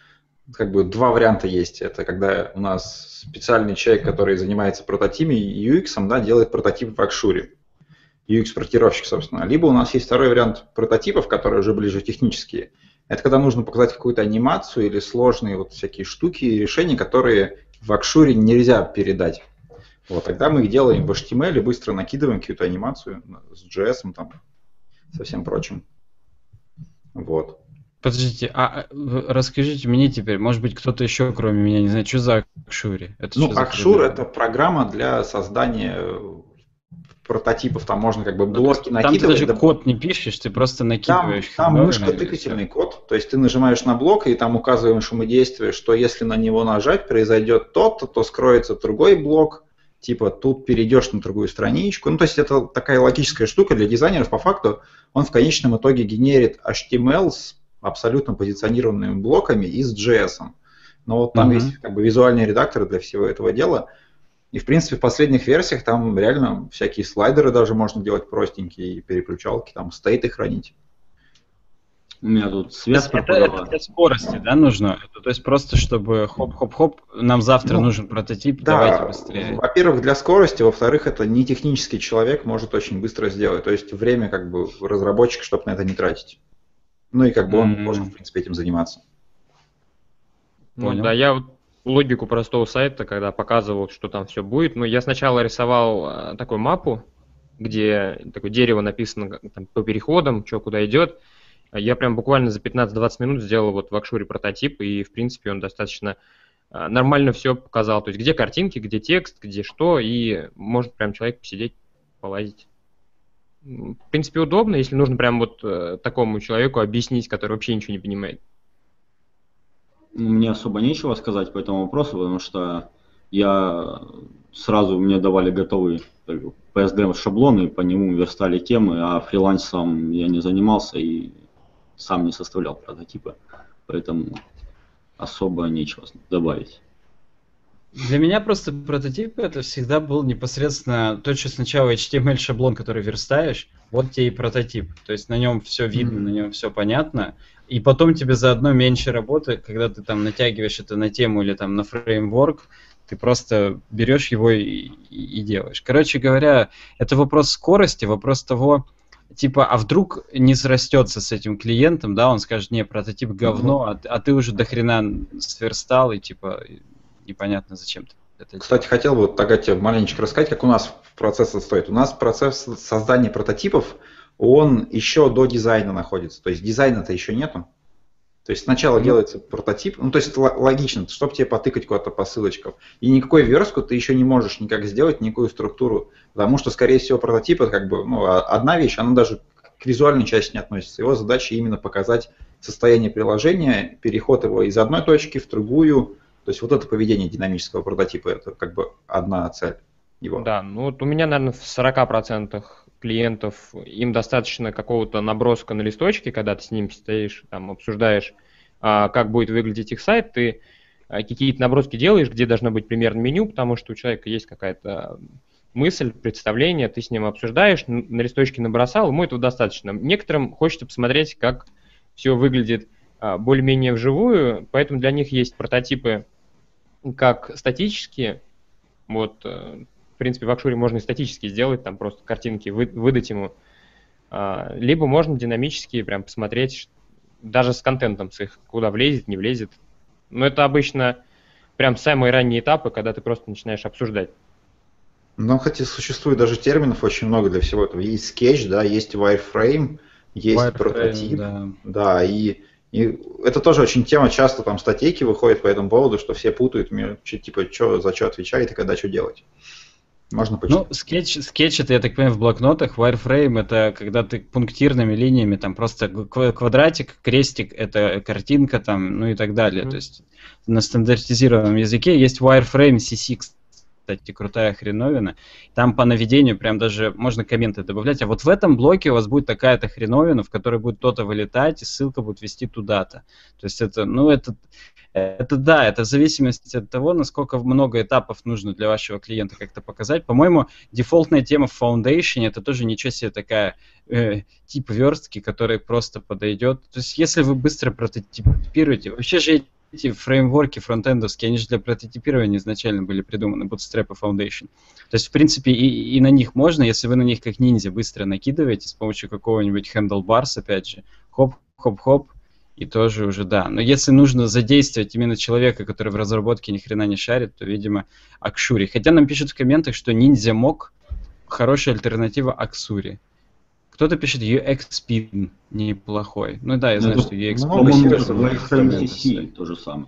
как бы два варианта есть. Это когда у нас специальный человек, который занимается прототипами ю экс, да, делает прототип в Акшуре. ю экс-проектировщик, собственно. Либо у нас есть второй вариант прототипов, которые уже ближе технические. Это когда нужно показать какую-то анимацию или сложные вот всякие штуки и решения, которые в Акшуре нельзя передать. Вот, тогда мы их делаем в эйч ти эм эл и быстро накидываем какую-то анимацию с джей эс, там, со всем прочим. Вот. Подождите, а расскажите мне теперь, может быть, кто-то еще, кроме меня, не знаю, что за Акшури? Это ну, Акшур — это программа для создания прототипов, там можно как бы блоки там накидывать. Там ты даже да, код не пишешь, ты просто накидываешь. Там, там мышко-тыкательный код, то есть ты нажимаешь на блок и там указываешь шумодействие, что если на него нажать, произойдет то-то, то скроется другой блок, типа тут перейдешь на другую страничку. Ну, то есть это такая логическая штука для дизайнеров. По факту он в конечном итоге генерит эйч ти эм эл с абсолютно позиционированными блоками и с джей эс. Но вот там uh-huh. есть как бы визуальные редакторы для всего этого дела. И, в принципе, в последних версиях там реально всякие слайдеры даже можно делать простенькие, и переключалки, там стейты хранить. У меня тут связь это, это для скорости, да, нужно? Это, то есть просто, чтобы хоп-хоп-хоп, нам завтра ну, нужен прототип, да, давайте быстрее. Во-первых, для скорости, во-вторых, это не технический человек может очень быстро сделать. То есть время как бы разработчика, чтобы на это не тратить. Ну и как бы он mm-hmm. может, в принципе, этим заниматься. Ну, да, я вот логику простого сайта, когда показывал, что там все будет, ну, я сначала рисовал а, такую мапу, где такое дерево написано там, по переходам, что куда идет. Я прям буквально за пятнадцать-двадцать минут сделал вот в Акшуре прототип, и, в принципе, он достаточно а, нормально все показал. То есть, где картинки, где текст, где что, и может прям человек посидеть, полазить. В принципе, удобно, если нужно прям вот э, такому человеку объяснить, который вообще ничего не понимает. Мне особо нечего сказать по этому вопросу, потому что я сразу мне давали готовый пи эс ди шаблон, и по нему верстали темы, а фрилансом я не занимался и сам не составлял прототипы, поэтому особо нечего добавить. Для меня просто прототип это всегда был непосредственно тот, что сначала эйч ти эм эл-шаблон, который верстаешь, вот тебе и прототип. То есть на нем все видно, mm-hmm. на нем все понятно. И потом тебе заодно меньше работы, когда ты там натягиваешь это на тему или там на фреймворк, ты просто берешь его и, и, и делаешь. Короче говоря, это вопрос скорости, вопрос того, типа, а вдруг не срастется с этим клиентом, да, он скажет, не, прототип говно, mm-hmm. а, а ты уже до хрена сверстал, и типа непонятно зачем ты это Кстати, делаешь. Хотел бы вот тогда тебе маленечко рассказать, как у нас процесс стоит. У нас процесс создания прототипов, он еще до дизайна находится. То есть дизайна-то еще нету. То есть сначала mm-hmm. делается прототип, ну то есть логично, чтобы тебе потыкать куда-то по ссылочкам. И никакой верстку ты еще не можешь никак сделать, никакую структуру, потому что, скорее всего, прототип это как бы ну, одна вещь, она даже к визуальной части не относится. Его задача именно показать состояние приложения, переход его из одной точки в другую. То есть вот это поведение динамического прототипа, это как бы одна цель его. Да, ну вот у меня, наверное, в сорока процентах клиентов им достаточно какого-то наброска на листочке, когда ты с ним стоишь, там, обсуждаешь, а, как будет выглядеть их сайт, ты а, какие-то наброски делаешь, где должно быть примерно меню, потому что у человека есть какая-то мысль, представление, ты с ним обсуждаешь, на листочке набросал, ему этого достаточно. Некоторым хочется посмотреть, как все выглядит а, более-менее вживую, поэтому для них есть прототипы как статические, вот, в принципе, в Акшуре можно и статически сделать, там просто картинки вы, выдать ему, а, либо можно динамически прям посмотреть, даже с контентом с их, куда влезет, не влезет. Но это обычно прям самые ранние этапы, когда ты просто начинаешь обсуждать. Ну, хотя существует даже терминов очень много для всего этого. Есть скетч, да, есть wireframe, есть wireframe, прототип, да, да и И это тоже очень тема, часто там статейки выходят по этому поводу, что все путают, типа, что, за что отвечает и когда что делать. Можно почитать. Ну, скетч, скетч это, я так понимаю, в блокнотах, wireframe это когда ты пунктирными линиями, там просто квадратик, крестик, это картинка, там, ну и так далее. Mm-hmm. То есть на стандартизированном языке есть wireframe си си, кстати, крутая хреновина. Там по наведению прям даже можно комменты добавлять. А вот в этом блоке у вас будет такая-то хреновина, в которой будет то-то вылетать, и ссылка будет вести туда-то. То есть это, ну, это, это да, это в зависимости от того, насколько много этапов нужно для вашего клиента как-то показать. По-моему, дефолтная тема в Foundation это тоже ничего себе такая э, тип верстки, который просто подойдет. То есть если вы быстро прототипируете, вообще же эти фреймворки фронтендовские, они же для прототипирования изначально были придуманы, Bootstrap и Foundation. То есть, в принципе, и, и на них можно, если вы на них как ниндзя быстро накидываете с помощью какого-нибудь handlebars, опять же, хоп-хоп-хоп, и тоже уже да. Но если нужно задействовать именно человека, который в разработке ни хрена не шарит, то, видимо, Акшури. Хотя нам пишут в комментах, что Ninja Mock хорошая альтернатива Аксури. Кто-то пишет ю экс Spin неплохой. Ну да, я знаю, Ну, что ю экс ну, Spin... Много По-моему, сервисов, в инструментов, эф эм си да. то же самое.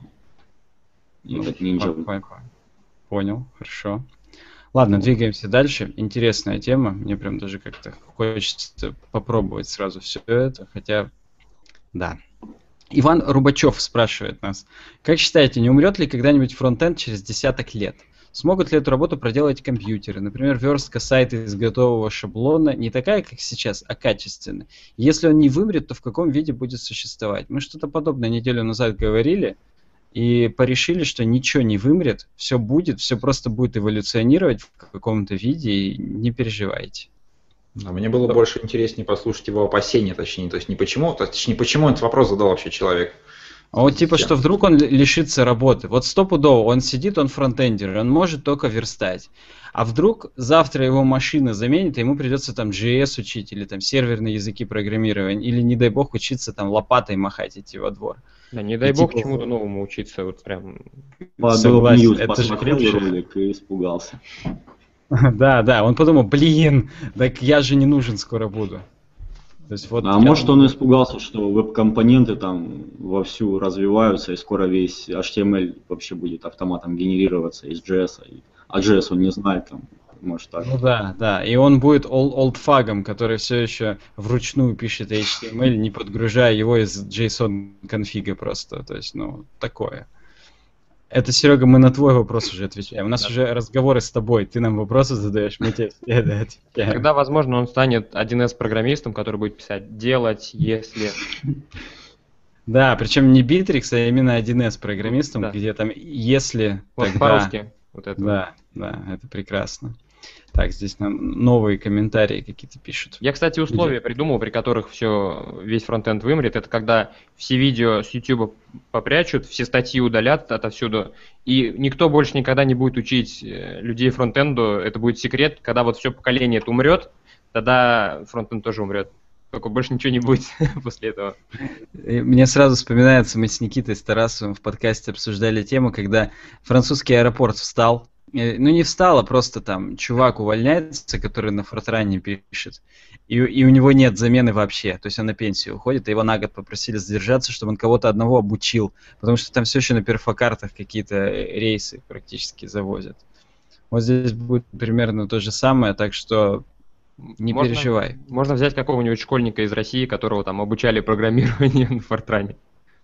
И Ну, как Ninja. по- по- по- Понял, хорошо. Ладно, двигаемся дальше. Интересная тема. Мне прям даже как-то хочется попробовать сразу все это, хотя, да. Иван Рубачев спрашивает нас. Как считаете, не умрет ли когда-нибудь фронтенд через десяток лет? Смогут ли эту работу проделать компьютеры? Например, верстка сайта из готового шаблона не такая, как сейчас, а качественная. Если он не вымрет, то в каком виде будет существовать? Мы что-то подобное неделю назад говорили и порешили, что ничего не вымрет, все будет, все просто будет эволюционировать в каком-то виде, и не переживайте. Да, мне было больше интереснее послушать его опасения, точнее, то есть не почему, точнее, почему этот вопрос задал вообще человек. А вот типа, что вдруг он лишится работы. Вот стопудово, он сидит, он фронтендер, он может только верстать. А вдруг завтра его машина заменит, и ему придется там джей эс учить, или там серверные языки программирования, или, не дай бог, учиться там лопатой махать, идти во двор. Да, не дай И бог типа- чему-то новому учиться, вот прям. По Adobe Согласен, News это же посмотрел хуже. ролик и испугался. Да, да, он подумал, блин, так я же не нужен скоро буду. То есть вот А я- может он испугался, что веб-компоненты там вовсю развиваются, и скоро весь эйч ти эм эль вообще будет автоматом генерироваться из джей эс. и- А джей эс он не знает, там, может так. Ну да, да, и он будет ол- олдфагом, который все еще вручную пишет эйч ти эм эль, не подгружая его из JSON конфига просто, то есть, ну, такое. Это, Серега, мы на твой вопрос уже отвечаем. У нас Да. уже разговоры с тобой, ты нам вопросы задаешь, мы тебе все это отвечаем. Когда, возможно, он станет один эс-программистом, который будет писать «делать, если...» Да, причем не Bittrex, а именно один эс программистом, Да. где там если, Вот тогда... по-русски. Вот это. Да, да, это прекрасно. Так, здесь нам новые комментарии какие-то пишут. Я, кстати, условия придумал, при которых все, весь фронтенд вымрет. Это когда все видео с YouTube попрячут, все статьи удалят отовсюду, и никто больше никогда не будет учить э, людей фронтенду. Это будет секрет. Когда вот все поколение это умрет, тогда фронтенд тоже умрет. Только больше ничего не будет после этого. И мне сразу вспоминается, мы с Никитой с Тарасовым в подкасте обсуждали тему, когда французский аэропорт встал. Э, Ну, не встал, а просто там чувак увольняется, который на фортране пишет, и, и у него нет замены вообще, то есть он на пенсию уходит, и его на год попросили задержаться, чтобы он кого-то одного обучил, потому что там все еще на перфокартах какие-то э, рейсы практически завозят. Вот здесь будет примерно то же самое, так что не Можно- переживай. Можно взять какого-нибудь школьника из России, которого там обучали программированию на фортране.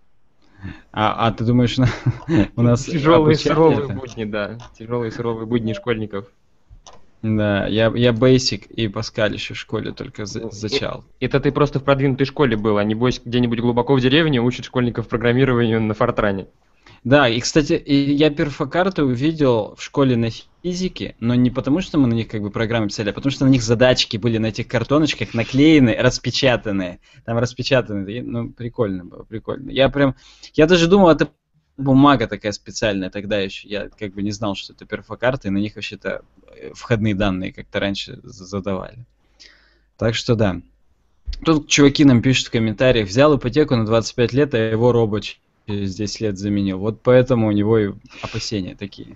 А, а ты думаешь, на- у нас Тяжелые обучали суровые это? будни, да. Тяжелые суровые будни школьников. Да, я, я Basic и Pascal еще в школе только за- зачал. Это ты просто в продвинутой школе был, а небось где-нибудь глубоко в деревне учат школьников программированию на фортране. Да, и, кстати, и я перфокарты увидел в школе на физике, но не потому, что мы на них как бы программы писали, а потому что на них задачки были на этих картоночках наклеены, распечатанные. Там распечатаны, и, ну, прикольно было, прикольно. Я прям, я даже думал, это бумага такая специальная тогда еще. Я как бы не знал, что это перфокарты, и на них вообще-то э, входные данные как-то раньше з- задавали. Так что да. Тут чуваки нам пишут в комментариях, взял ипотеку на двадцать пять лет, а его робот через десять лет заменил. Вот поэтому у него и опасения такие.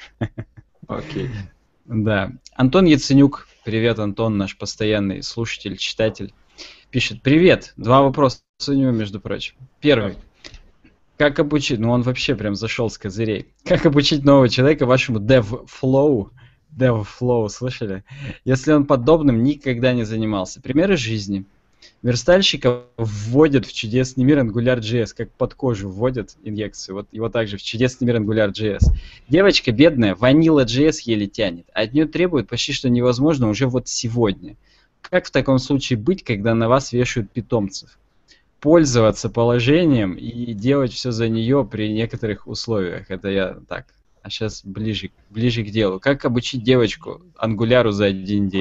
Окей. Да. Антон Яценюк, привет, Антон, наш постоянный слушатель, читатель, пишет: привет, два вопроса у него, между прочим. Первый. Как обучить, ну он вообще прям зашел с козырей. Как обучить нового человека вашему DevFlow? DevFlow, слышали? Если он подобным никогда не занимался. Примеры жизни. Верстальщика вводят в чудесный мир Angular.js, как под кожу вводят инъекцию. Вот его также в чудесный мир Angular.js. Девочка бедная, Vanilla.js еле тянет. От нее требуют почти что невозможно уже вот сегодня. Как в таком случае быть, когда на вас вешают питомцев? Пользоваться положением и делать все за нее при некоторых условиях. Это я так. А сейчас ближе, ближе к делу. Как обучить девочку Angular'у за один день?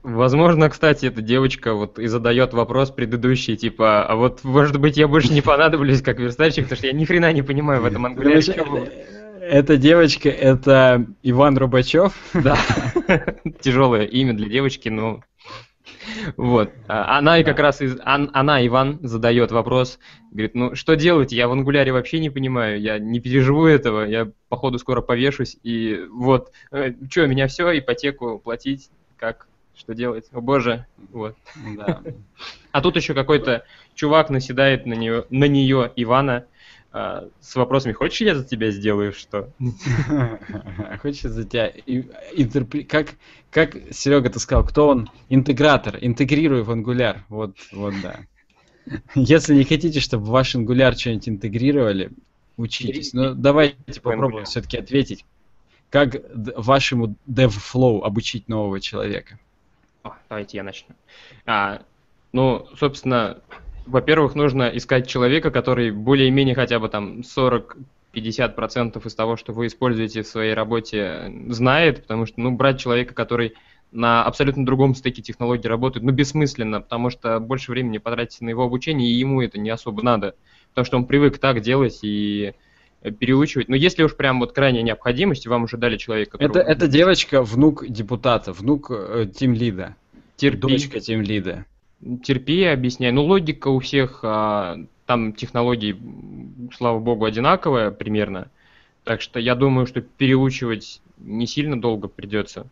Возможно, кстати, эта девочка вот и задает вопрос предыдущий, типа, а вот, может быть, я больше не понадоблюсь как верстальщик, потому что я ни хрена не понимаю в этом ангуляре. Эта девочка, это Иван Рубачев. Да, тяжелое имя для девочки, но... Вот. Она и как раз, из, она, Иван, задает вопрос, говорит, ну что делать, я в ангуляре вообще не понимаю, я не переживу этого, я походу скоро повешусь, и вот, что, меня все, ипотеку платить, как, что делать, о боже, вот. Да. А тут еще какой-то чувак наседает на нее, на нее Ивана, с вопросами, хочешь, я за тебя сделаю что? Хочешь за тебя интерпре... как, как Серега ты сказал, кто он? Интегратор, интегрируй в Angular. Вот, вот да. Если не хотите, чтобы в ваш Angular что-нибудь интегрировали, учитесь. Но давайте попробуем все-таки ответить, как вашему DevFlow обучить нового человека. О, давайте я начну. А, ну, собственно, во-первых, нужно искать человека, который более-менее хотя бы там сорок-пятьдесят процентов из того, что вы используете в своей работе, знает, потому что, ну, брать человека, который на абсолютно другом стеке технологий работает, ну, бессмысленно, потому что больше времени потратить на его обучение, и ему это не особо надо, потому что он привык так делать и переучивать. Но если уж прям вот крайняя необходимость, вам уже дали человека... Это, это девочка, внук депутата, внук э, тимлида, Терпи. дочка тимлида. Терпи, объясняй. Ну, логика у всех, а, там технологий, слава богу, одинаковая примерно. Так что я думаю, что переучивать не сильно долго придется.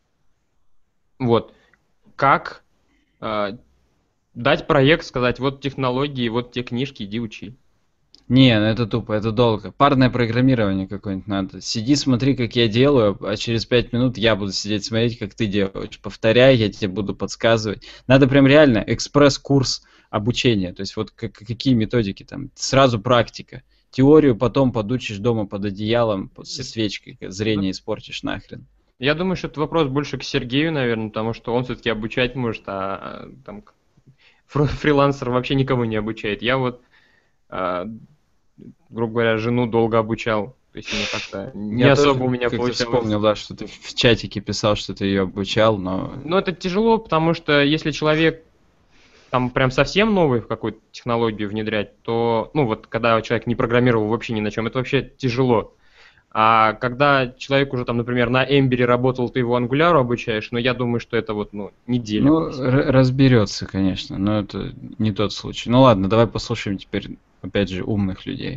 Вот. Как а, дать проект, сказать, вот технологии, вот те книжки, иди учи. Не, ну это тупо, это долго. Парное программирование какое-нибудь надо. Сиди, смотри, как я делаю, а через пять минут я буду сидеть смотреть, как ты делаешь. Повторяй, я тебе буду подсказывать. Надо прям реально экспресс-курс обучения. То есть вот как, какие методики там. Сразу практика. Теорию потом подучишь дома под одеялом, со свечкой, зрение испортишь нахрен. Я думаю, что это вопрос больше к Сергею, наверное, потому что он все-таки обучать может, а там фрилансер вообще никого не обучает. Я вот... А, грубо говоря, жену долго обучал. То есть мне как-то не я особо тоже, у меня как получалось. Я вспомнил, да, что ты в чатике писал, что ты ее обучал, но... Ну, это тяжело, потому что если человек там прям совсем новый в какую-то технологию внедрять, то, ну, вот когда человек не программировал вообще ни на чем, это вообще тяжело. А когда человек уже там, например, на Эмбере работал, ты его Angular обучаешь, но я думаю, что это вот, ну, неделя. Ну, разберется, конечно, но это не тот случай. Ну ладно, давай послушаем теперь, опять же, умных людей.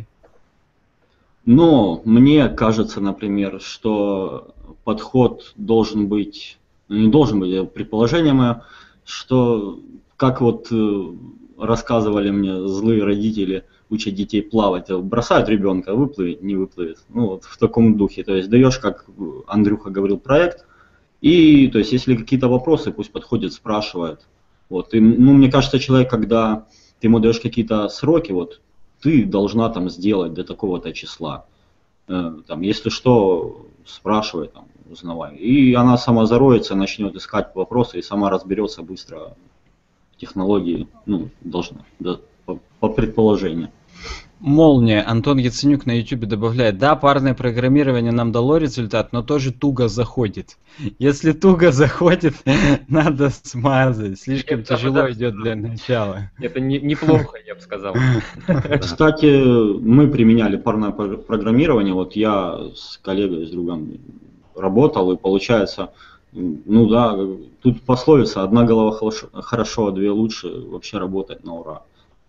Но мне кажется, например, что подход должен быть, ну, не должен быть, это предположение мое, что, как вот рассказывали мне злые родители, учат детей плавать, бросают ребенка, выплывет, не выплывет. Ну, вот в таком духе. То есть даешь, как Андрюха говорил, проект, и, то есть, если какие-то вопросы, пусть подходит, спрашивает. Вот. И, ну, мне кажется, человек, когда ты ему даешь какие-то сроки, вот, ты должна там сделать до такого-то числа. Там, если что, спрашивай, там, узнавай. И она сама зароется, начнет искать вопросы и сама разберется быстро в технологии, ну, должна, да, по, по предположению. Молния. Антон Яценюк на ютубе добавляет: да, парное программирование нам дало результат, но тоже туго заходит. Если туго заходит, надо смазать. Слишком это тяжело идет для начала. Это не, неплохо, я бы сказал. Кстати, мы применяли парное программирование. Вот я с коллегой, с другом работал, и получается, ну да, тут пословица: одна голова хорошо, а две лучше, вообще работает на ура.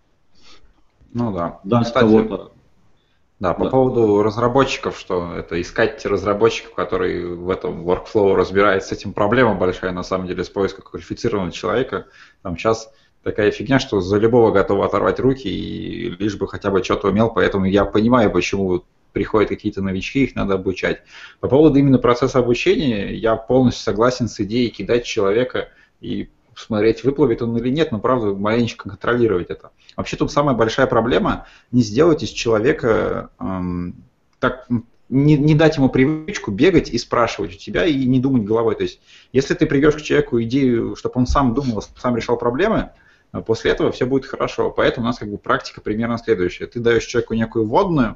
Ну да. Да, кстати, кого-то. Да, по да. поводу разработчиков, что это искать разработчиков, которые в этом workflow разбираются с этим, проблема большая, на самом деле, с поиском квалифицированного человека. Там сейчас такая фигня, что за любого готовы оторвать руки, и лишь бы хотя бы что-то умел, поэтому я понимаю, почему приходят какие-то новички, их надо обучать. По поводу именно процесса обучения, я полностью согласен с идеей кидать человека и смотреть, выплывет он или нет, но, правда, маленечко контролировать это. Вообще тут самая большая проблема — не сделать из человека, эм, так, не, не дать ему привычку бегать и спрашивать у тебя и не думать головой. То есть, если ты приведешь к человеку идею, чтобы он сам думал, сам решал проблемы, после этого все будет хорошо. Поэтому у нас как бы практика примерно следующая. Ты даешь человеку некую вводную,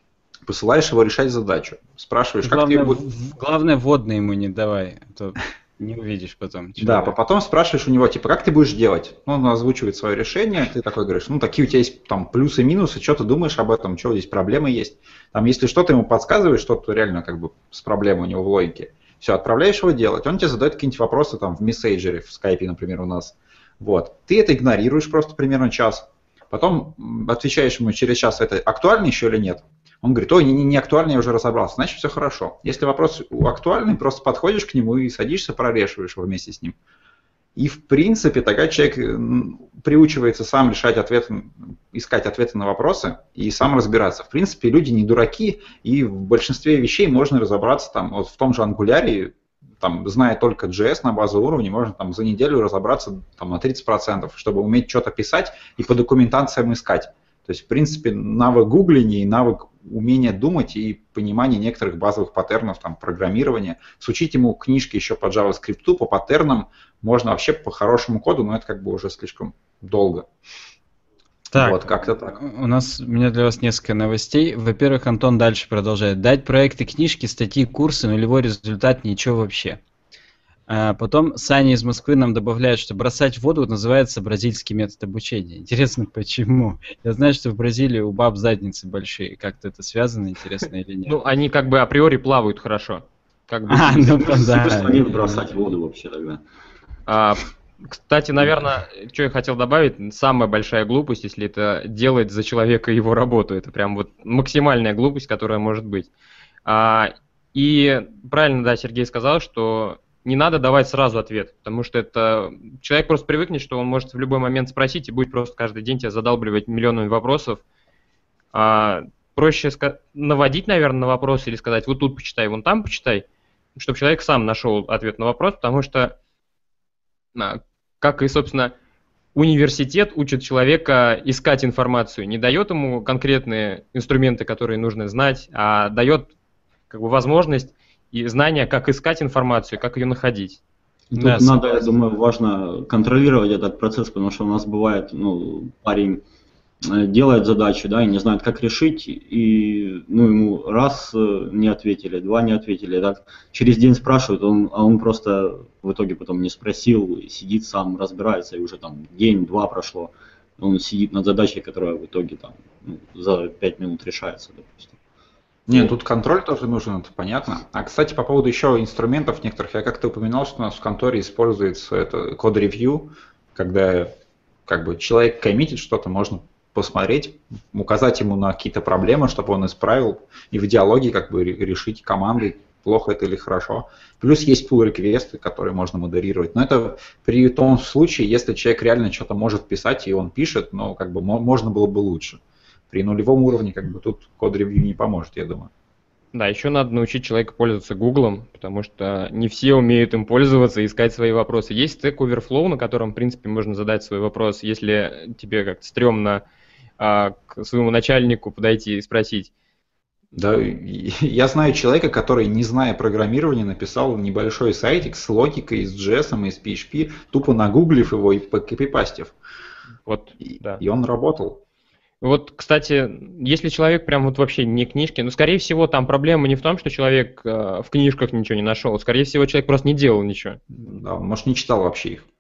посылаешь его решать задачу, спрашиваешь, главное, как ты будешь... Главное, вводные ему не давай. А то... Не увидишь потом Да, человека. потом спрашиваешь у него, типа, как ты будешь делать? Он озвучивает свое решение, ты такой говоришь, ну, такие у тебя есть там плюсы и минусы, что ты думаешь об этом, что здесь проблемы есть. Там, если что-то ему подсказываешь, что-то реально как бы с проблемой у него в логике, все, отправляешь его делать, он тебе задает какие-нибудь вопросы там в мессенджере, в скайпе, например, у нас. Вот. Ты это игнорируешь просто примерно час, потом отвечаешь ему через час, это актуально еще или нет. Он говорит, ой, не, не, не актуально, я уже разобрался, значит, все хорошо. Если вопрос актуальный, просто подходишь к нему и садишься, прорешиваешь его вместе с ним. И, в принципе, тогда человек приучивается сам решать ответы, искать ответы на вопросы и сам разбираться. В принципе, люди не дураки, и в большинстве вещей можно разобраться там, вот в том же Angular, там, зная только джей эс на базовом уровне, можно там, за неделю разобраться там, на тридцать процентов, чтобы уметь что-то писать и по документациям искать. То есть, в принципе, навык гугления и навык умения думать и понимание некоторых базовых паттернов там, программирования. Сучить ему книжки еще по JavaScript, по паттернам можно вообще по хорошему коду, но это как бы уже слишком долго. Так, вот, как-то так. У нас, у меня для вас несколько новостей. Во-первых, Антон дальше продолжает. Дать проекты, книжки, статьи, курсы, нулевой результат, ничего вообще. А потом Саня из Москвы нам добавляет, что бросать в воду называется бразильский метод обучения. Интересно, почему? Я знаю, что в Бразилии у баб задницы большие. Как-то это связано, интересно или нет? Ну, они как бы априори плавают хорошо. Как бы... А, ну да. Смысла нет бросать в воду вообще тогда. А, кстати, наверное, что я хотел добавить, самая большая глупость, если это делать за человека его работу. Это прям вот максимальная глупость, которая может быть. А, и правильно, да, Сергей сказал, что не надо давать сразу ответ, потому что это человек просто привыкнет, что он может в любой момент спросить и будет просто каждый день тебя задалбливать миллионами вопросов. А, проще наводить, наверное, на вопрос или сказать, вот тут почитай, вон там почитай, чтобы человек сам нашел ответ на вопрос, потому что, как и, собственно, университет учит человека искать информацию, не дает ему конкретные инструменты, которые нужно знать, а дает как бы возможность и знания, как искать информацию, как ее находить. Тут Да, надо, я думаю, важно контролировать этот процесс, потому что у нас бывает, ну, парень делает задачу, да, и не знает, как решить, и, ну, ему раз не ответили, два не ответили, так, через день спрашивают, он, а он просто в итоге потом не спросил, сидит сам, разбирается, и уже там день-два прошло, он сидит над задачей, которая в итоге там ну, за пять минут решается, допустим. Нет, тут контроль тоже нужен, это понятно. А, кстати, по поводу еще инструментов некоторых, я как-то упоминал, что у нас в конторе используется это код-ревью, когда как бы человек коммитит что-то, можно посмотреть, указать ему на какие-то проблемы, чтобы он исправил, и в диалоге как бы решить командой, плохо это или хорошо. Плюс есть pull-реквесты, которые можно модерировать. Но это при том случае, если человек реально что-то может писать, и он пишет, но как бы можно было бы лучше. При нулевом уровне как бы тут код-ревью не поможет, я думаю. Да, еще надо научить человека пользоваться Гуглом, потому что не все умеют им пользоваться и искать свои вопросы. Есть Stack Overflow, на котором, в принципе, можно задать свой вопрос, если тебе как-то стрёмно а, к своему начальнику подойти и спросить. Да, я знаю человека, который, не зная программирования, написал небольшой сайтик с логикой, с джей эс и с пи эйч пи, тупо нагуглив его и покопипастив. Вот, и, да. и он работал. Вот, кстати, если человек прям вот вообще не книжки, ну, скорее всего, там проблема не в том, что человек э, в книжках ничего не нашел, скорее всего, человек просто не делал ничего. Да, он, может, не читал вообще их.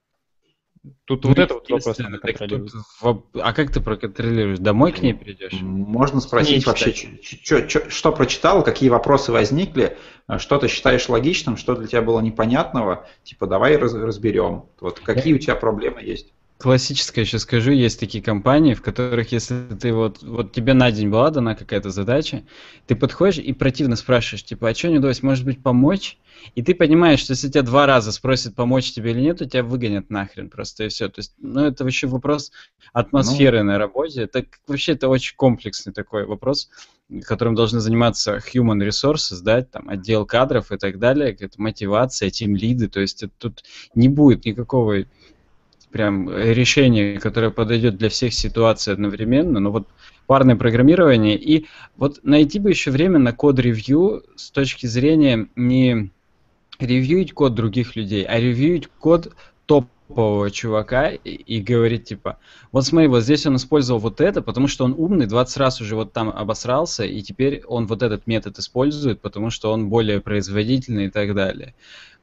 Тут Ну, вот это вот вопрос естественно, надо так контролировать. тут в- А как ты проконтролируешь? Домой к ней придешь? Можно спросить Книги вообще, чё- чё- чё- что прочитал, какие вопросы возникли, что ты считаешь логичным, что для тебя было непонятного, типа давай раз- разберем. Вот какие у тебя проблемы есть. Классическое еще скажу, есть такие компании, в которых, если ты вот, вот тебе на день была дана какая-то задача, ты подходишь и противно спрашиваешь, типа, а что не удалось, может быть, помочь? И ты понимаешь, что если тебя два раза спросят, помочь тебе или нет, то тебя выгонят нахрен просто, и все. То есть, ну, это вообще вопрос атмосферы ну... на работе. Это вообще это очень комплексный такой вопрос, которым должны заниматься human resources, да, там, отдел кадров и так далее, это мотивация, тимлиды, то есть это, тут не будет никакого прям решение, которое подойдет для всех ситуаций одновременно, но вот парное программирование, и вот найти бы еще время на код-ревью с точки зрения не ревьюить код других людей, а ревьюить код топового чувака и, и говорить типа, вот смотри, вот здесь он использовал вот это, потому что он умный, двадцать раз уже вот там обосрался, и теперь он вот этот метод использует, потому что он более производительный и так далее.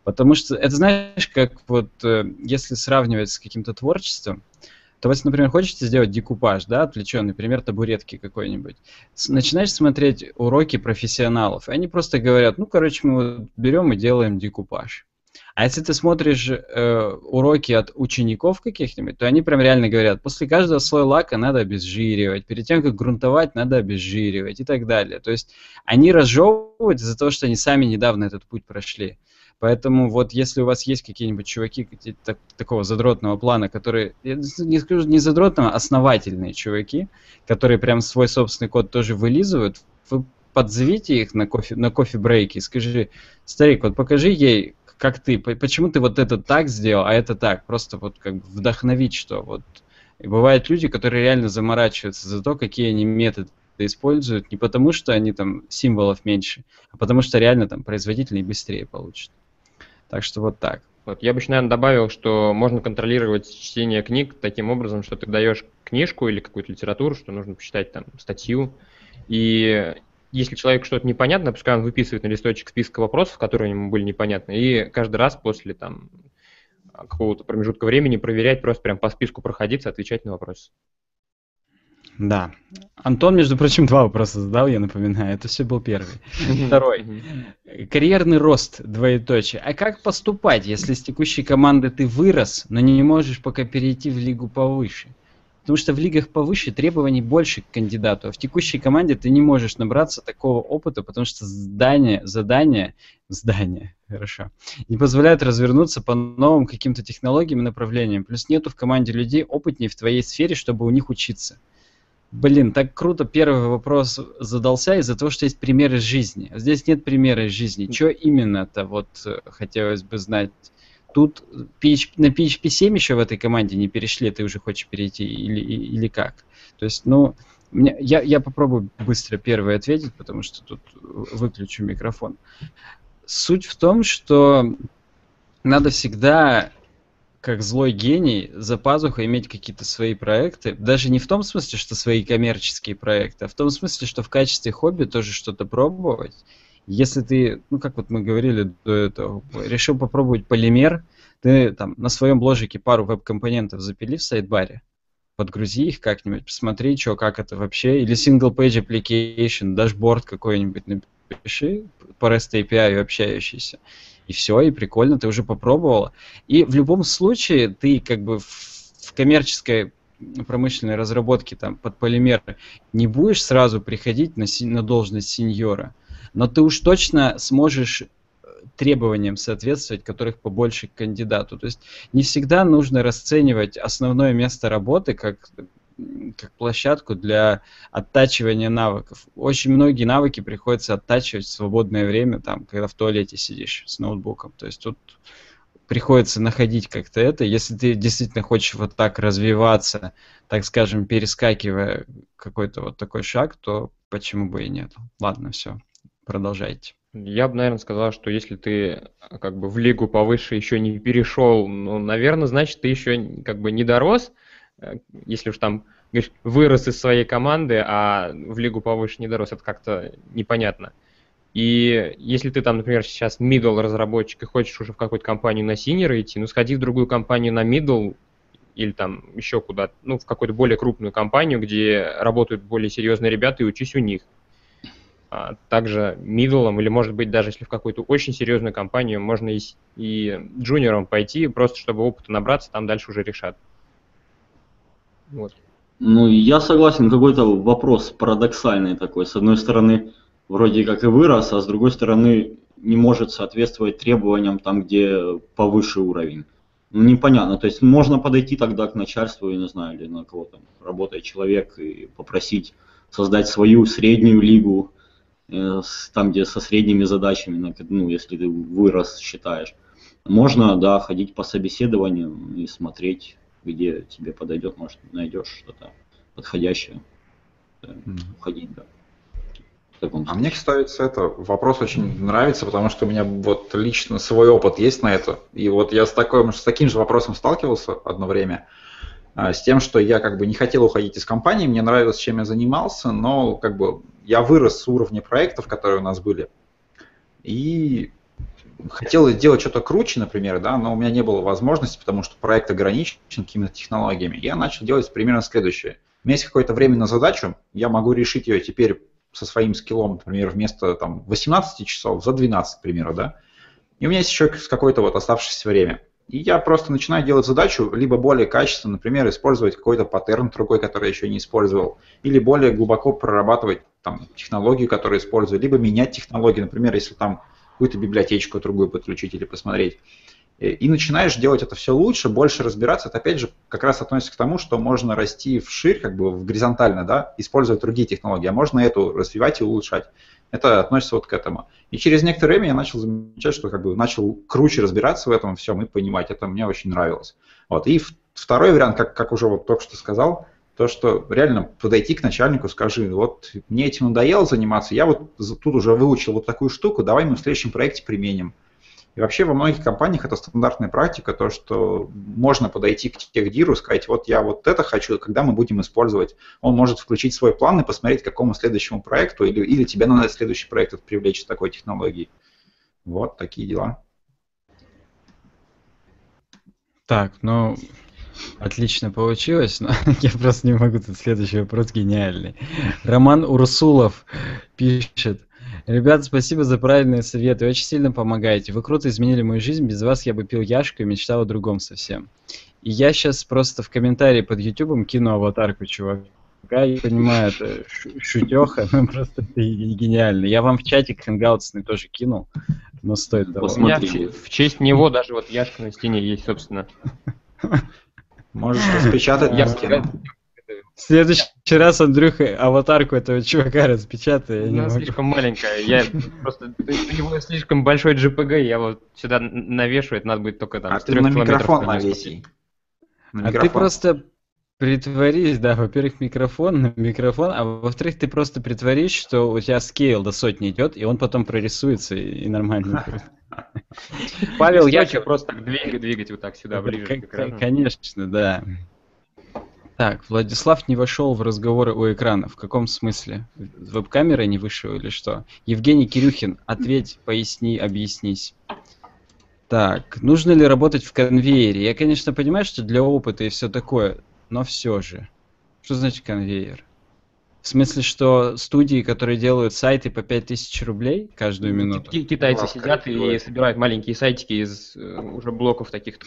Потому что это, знаешь, как вот если сравнивать с каким-то творчеством, то вот, например, хочете сделать декупаж, да, отвлеченный, пример табуретки какой-нибудь. С- Начинаешь смотреть уроки профессионалов, и они просто говорят, ну, короче, мы вот берем и делаем декупаж. А если ты смотришь э, уроки от учеников каких-нибудь, то они прям реально говорят, после каждого слоя лака надо обезжиривать, перед тем, как грунтовать, надо обезжиривать и так далее. То есть они разжевывают из-за того, что они сами недавно этот путь прошли. Поэтому вот если у вас есть какие-нибудь чуваки какие так, такого задротного плана, которые, я не скажу не задротного, основательные чуваки, которые прям свой собственный код тоже вылизывают, вы подзовите их на кофе, на кофе-брейке и скажи, старик, вот покажи ей, как ты, по- почему ты вот это так сделал, а это так, просто вот как бы вдохновить, что вот. И бывают люди, которые реально заморачиваются за то, какие они методы используют, не потому что они там символов меньше, а потому что реально там производительнее и быстрее получат. Так что вот так. Вот, я бы еще, наверное, добавил, что можно контролировать чтение книг таким образом, что ты даешь книжку или какую-то литературу, что нужно почитать там статью, и если человеку что-то непонятно, пускай он выписывает на листочек список вопросов, которые ему были непонятны, и каждый раз после там какого-то промежутка времени проверять, просто прям по списку проходиться, отвечать на вопросы. Да. Антон, между прочим, два вопроса задал, я напоминаю. Это все был первый. Второй. Карьерный рост, двоеточие. А как поступать, если с текущей команды ты вырос, но не можешь пока перейти в лигу повыше? Потому что в лигах повыше требований больше к кандидату, а в текущей команде ты не можешь набраться такого опыта, потому что здание, задание, здание, хорошо, не позволяют развернуться по новым каким-то технологиям и направлениям. Плюс нету в команде людей опытнее в твоей сфере, чтобы у них учиться. Блин, так круто первый вопрос задался из-за того, что есть примеры из жизни. А здесь нет примера из жизни. Что именно-то вот э, хотелось бы знать. Тут пи эйч пи, на пи эйч пи семь еще в этой команде не перешли, ты уже хочешь перейти или, и- или как? То есть, ну, мне- я, я попробую быстро первый ответить, потому что тут выключу микрофон. Суть в том, что надо всегда, как злой гений, за пазухой иметь какие-то свои проекты. Даже не в том смысле, что свои коммерческие проекты, а в том смысле, что в качестве хобби тоже что-то пробовать. Если ты, ну как вот мы говорили до этого, решил попробовать полимер, ты там на своем ложике пару веб-компонентов запили в сайдбаре, подгрузи их как-нибудь, посмотри, что, как это вообще, или single-page application, дашборд какой-нибудь напиши по REST эй пи ай общающийся. И все, и прикольно, ты уже попробовала. И в любом случае ты как бы в, в коммерческой промышленной разработке там под полимер не будешь сразу приходить на, си- на должность сеньора, но ты уж точно сможешь требованиям соответствовать, которых побольше к кандидату. То есть не всегда нужно расценивать основное место работы как, как площадку для оттачивания навыков. Очень многие навыки приходится оттачивать в свободное время, там, когда в туалете сидишь с ноутбуком. То есть тут приходится находить как-то это. Если ты действительно хочешь вот так развиваться, так скажем, перескакивая какой-то вот такой шаг, то почему бы и нет. Ладно, все, продолжайте. Я бы, наверное, сказал, что если ты а, как бы в лигу повыше еще не перешел, ну, наверное, значит, ты еще как бы не дорос. Э, Если уж там, говоришь, вырос из своей команды, а в лигу повыше не дорос, это как-то непонятно. И если ты там, например, сейчас middle разработчик и хочешь уже в какую-то компанию на синьора идти, ну, сходи в другую компанию на middle или там еще куда-то, ну, в какую-то более крупную компанию, где работают более серьезные ребята, и учись у них. А также мидлом, или, может быть, даже если в какую-то очень серьезную компанию, можно и, с- и джуниором пойти, просто чтобы опыта набраться, там дальше уже решат. Вот. Ну, я согласен, какой-то вопрос парадоксальный такой. С одной стороны, вроде как и вырос, а с другой стороны, не может соответствовать требованиям там, где повыше уровень. Ну, непонятно. То есть можно подойти тогда к начальству, я не знаю, или на кого там работает человек, и попросить создать свою среднюю лигу, э, с- там, где со средними задачами, на ко- ну, если ты вырос, считаешь. Можно, да, ходить по собеседованиям и смотреть, где тебе подойдет, может, найдешь что-то подходящее, да, Мгм. уходить, да. В таком А мне, случае. кстати, это вопрос очень нравится, потому что у меня вот лично свой опыт есть на это. И вот я с, такой, с таким же вопросом сталкивался одно время, а, с тем, что я как бы не хотел уходить из компании, мне нравилось, чем я занимался, но как бы я вырос с уровня проектов, которые у нас были. И хотел сделать что-то круче, например, да, но у меня не было возможности, потому что проект ограничен какими-то технологиями. Я начал делать примерно следующее. У меня есть какое-то время на задачу, я могу решить ее теперь со своим скиллом, например, вместо там, восемнадцати часов за двенадцать, к примеру, да. И у меня есть еще какое-то вот оставшееся время. И я просто начинаю делать задачу либо более качественно, например, использовать какой-то паттерн другой, который я еще не использовал, или более глубоко прорабатывать там, технологию, которую использую, либо менять технологии, например, если там какую-то библиотечку другую подключить или посмотреть. И начинаешь делать это все лучше, больше разбираться. Это опять же как раз относится к тому, что можно расти вширь, как бы в горизонтально, да, использовать другие технологии, а можно эту развивать и улучшать. Это относится вот к этому. И через некоторое время я начал замечать, что как бы начал круче разбираться в этом всем и понимать. Это мне очень нравилось. Вот. И второй вариант, как, как уже вот только что сказал, то, что реально подойти к начальнику, скажи, вот мне этим надоело заниматься, я вот тут уже выучил вот такую штуку, давай мы в следующем проекте применим. И вообще во многих компаниях это стандартная практика, то, что можно подойти к техдиру, сказать, вот я вот это хочу, когда мы будем использовать. Он может включить свой план и посмотреть, к какому следующему проекту, или, или тебе надо следующий проект привлечь с такой технологией. Вот такие дела. Так, ну, отлично получилось, но я просто не могу, тут следующий вопрос гениальный. Роман Урсулов пишет. Ребята, спасибо за правильные советы, вы очень сильно помогаете. Вы круто изменили мою жизнь, без вас я бы пил яшку и мечтал о другом совсем. И я сейчас просто в комментарии под ютубом кину аватарку чувака. Я понимаю, это шутеха, но просто гениально. Я вам в чатик хэнгаутсный тоже кинул, но стоит того. У меня в, в честь него даже вот яшка на стене есть, собственно. Можешь распечатать на стену. В следующий раз, Андрюха, аватарку этого чувака распечатай. Она слишком маленькая. Я просто у него слишком большой джи пи джи, я вот сюда навешу, это надо будет только там а с ты трех на километров микрофон по ней навеси. А ты просто притворись, да, во-первых, микрофон на микрофон, а во-вторых, ты просто притворись, что у тебя скейл до сотни идет, и он потом прорисуется, и, и нормально. Павел, я тебе просто двигать, двигать вот так сюда ближе к экрану. Конечно, да. Так, Владислав не вошел в разговоры у экрана. В каком смысле? Веб-камера не вышел или что? Евгений Кирюхин, ответь, поясни, объяснись. Так, нужно ли работать в конвейере? Я, конечно, понимаю, что для опыта и все такое, но все же. Что значит конвейер? В смысле, что студии, которые делают сайты по пять тысяч рублей каждую минуту? Китайцы Лавка сидят и собирают маленькие сайтики из уже блоков таких.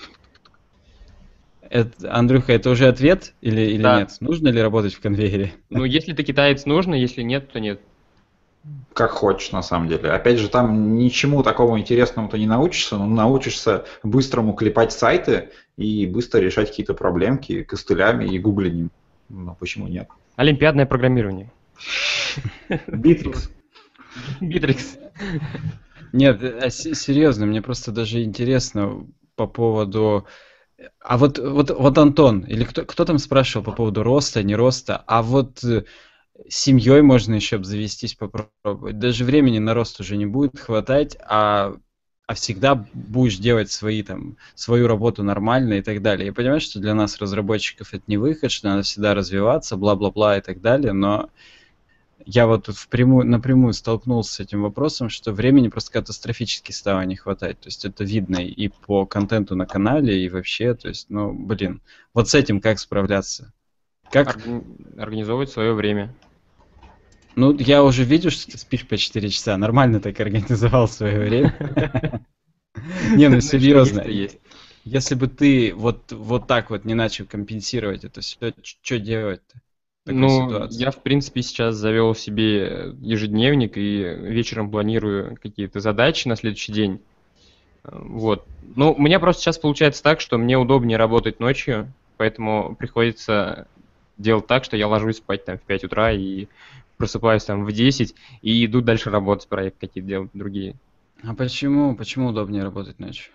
Это, Андрюха, это уже ответ или, или да. Нет? Нужно ли работать в конвейере? Ну, если ты китаец, нужно, если нет, то нет. Как хочешь, на самом деле. Опять же, там ничему такому интересному ты не научишься, но научишься быстрому клепать сайты и быстро решать какие-то проблемки костылями и гуглением. Ну, почему нет? Олимпиадное программирование. Битрикс. Битрикс. Нет, серьезно, мне просто даже интересно по поводу... А вот, вот, вот Антон, или кто, кто там спрашивал по поводу роста, не роста, а вот с семьей можно еще обзавестись, попробовать. Даже времени на рост уже не будет хватать, а, а всегда будешь делать свои, там, свою работу нормально и так далее. Я понимаю, что для нас, разработчиков, это не выход, что надо всегда развиваться, бла-бла-бла и так далее, но я вот тут впрямую, напрямую столкнулся с этим вопросом, что времени просто катастрофически стало не хватать. То есть это видно и по контенту на канале, и вообще, то есть, ну, блин, вот с этим как справляться? Как... Организовывать свое время. Ну, я уже видел, что ты спишь по четыре часа, нормально так организовал свое время. Не, ну серьезно, если бы ты вот вот так вот не начал компенсировать это все, что делать-то? Ну, ситуации? Я, в принципе, сейчас завел себе ежедневник и вечером планирую какие-то задачи на следующий день. Вот. Ну, у меня просто сейчас получается так, что мне удобнее работать ночью, поэтому приходится делать так, что я ложусь спать там в пять утра и просыпаюсь там в десять и иду дальше работать, проекты какие-то делать другие. А почему? Почему удобнее работать ночью?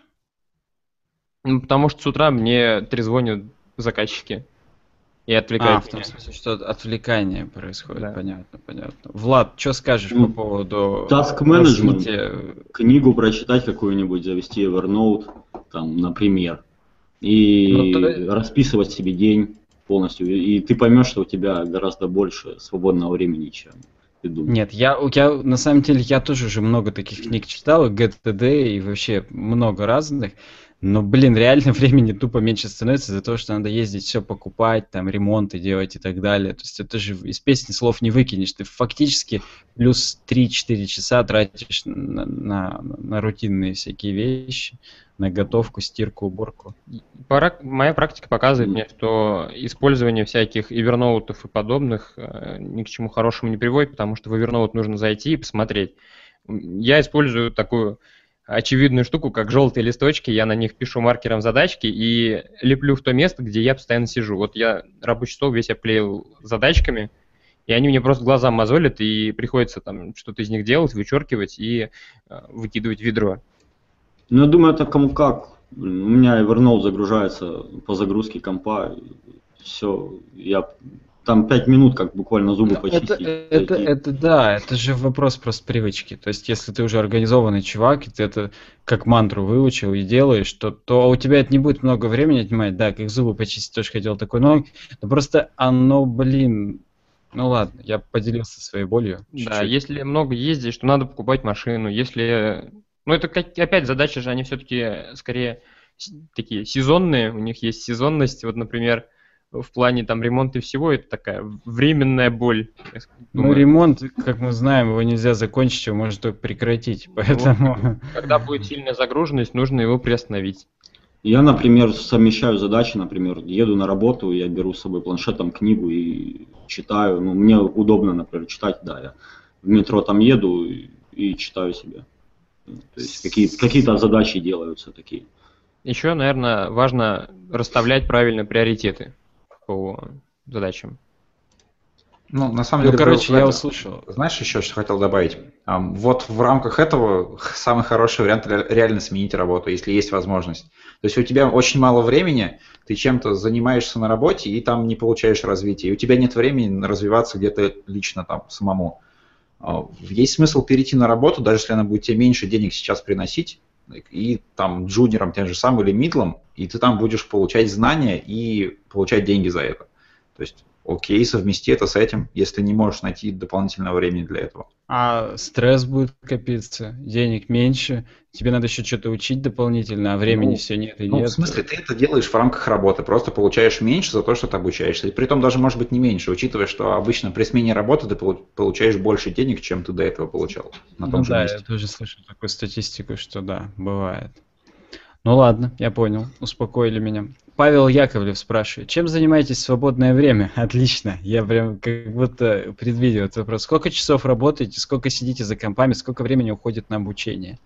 Ну, потому что с утра мне трезвонят заказчики. И отвлекает. А, в том смысле, что отвлекание происходит, да. Понятно, понятно. Влад, что скажешь ну, по поводу task management, книгу прочитать какую-нибудь, завести Evernote, там, например, и ну, то... расписывать себе день полностью, и ты поймешь, что у тебя гораздо больше свободного времени, чем ты думаешь? Нет, я, я на самом деле я тоже уже много таких книг читал, джи ти ди и вообще много разных. Но, блин, реально времени тупо меньше становится из-за того, что надо ездить, все покупать, там, ремонты делать и так далее. То есть это же из песни слов не выкинешь. Ты фактически плюс три-четыре часа тратишь на, на, на рутинные всякие вещи, на готовку, стирку, уборку. Пора- Моя практика показывает мне, что использование всяких Evernote и подобных э, ни к чему хорошему не приводит, потому что в Evernote нужно зайти и посмотреть. М, Я использую такую очевидную штуку, как желтые листочки, я на них пишу маркером задачки и леплю в то место, где я постоянно сижу. Вот я рабочий стол весь обклеил задачками, и они мне просто глаза мозолят, и приходится там что-то из них делать, вычеркивать и э, выкидывать в ведро. Ну, я думаю, это кому как. Блин, у меня Evernote загружается по загрузке компа. Все, я там пять минут, как буквально зубы Ну, почистить. Это, это, зайти. это да, это же вопрос просто привычки. То есть, если ты уже организованный чувак, и ты это как мантру выучил и делаешь, то, то у тебя это не будет много времени отнимать. Да, как зубы почистить тоже хотел такой, но, но просто оно, блин, ну ладно, я поделился своей болью Да, чуть-чуть. если много ездишь, то надо покупать машину. Если, ну это как, опять задачи же, они все-таки скорее с- такие сезонные, у них есть сезонность. Вот, например, в плане там ремонта и всего, это такая временная боль. Я с- Ну, думаю, ремонт, как мы знаем, его нельзя закончить, его можно только прекратить. вот, Поэтому когда будет сильная загруженность, нужно его приостановить. Я, например, совмещаю задачи, например, еду на работу, я беру с собой планшетом книгу и читаю. Ну, мне удобно, например, читать, да, я в метро там еду и, и читаю себе. То есть какие, какие-то задачи делаются такие. Еще, наверное, важно расставлять правильно приоритеты по задачам. Ну, на самом Ну, деле, короче, в я это- услышал. знаешь, еще что хотел добавить? Ам, Вот в рамках этого х- самый хороший вариант ре- реально сменить работу, если есть возможность. То есть у тебя очень мало времени, ты чем-то занимаешься на работе и там не получаешь развития, и у тебя нет времени развиваться где-то лично там самому. А, Есть смысл перейти на работу, даже если она будет тебе меньше денег сейчас приносить, и там джуниором тем же самым или мидлом, и ты там будешь получать знания и получать деньги за это. То есть, окей, совмести это с этим, если не можешь найти дополнительного времени для этого. А стресс будет копиться, денег меньше, тебе надо еще что-то учить дополнительно, а времени Ну, все нет и Ну, в нет. смысле, ты это делаешь в рамках работы, просто получаешь меньше за то, что ты обучаешься. И притом даже может быть не меньше, учитывая, что обычно при смене работы ты полу- получаешь больше денег, чем ты до этого получал на том Ну же да, месте. я тоже слышал такую статистику, что да, бывает. Ну ладно, я понял, успокоили меня. Павел Яковлев спрашивает, чем занимаетесь в свободное время? Отлично, я прям как будто предвидел этот вопрос. Сколько часов работаете, сколько сидите за компами, сколько времени уходит на обучение?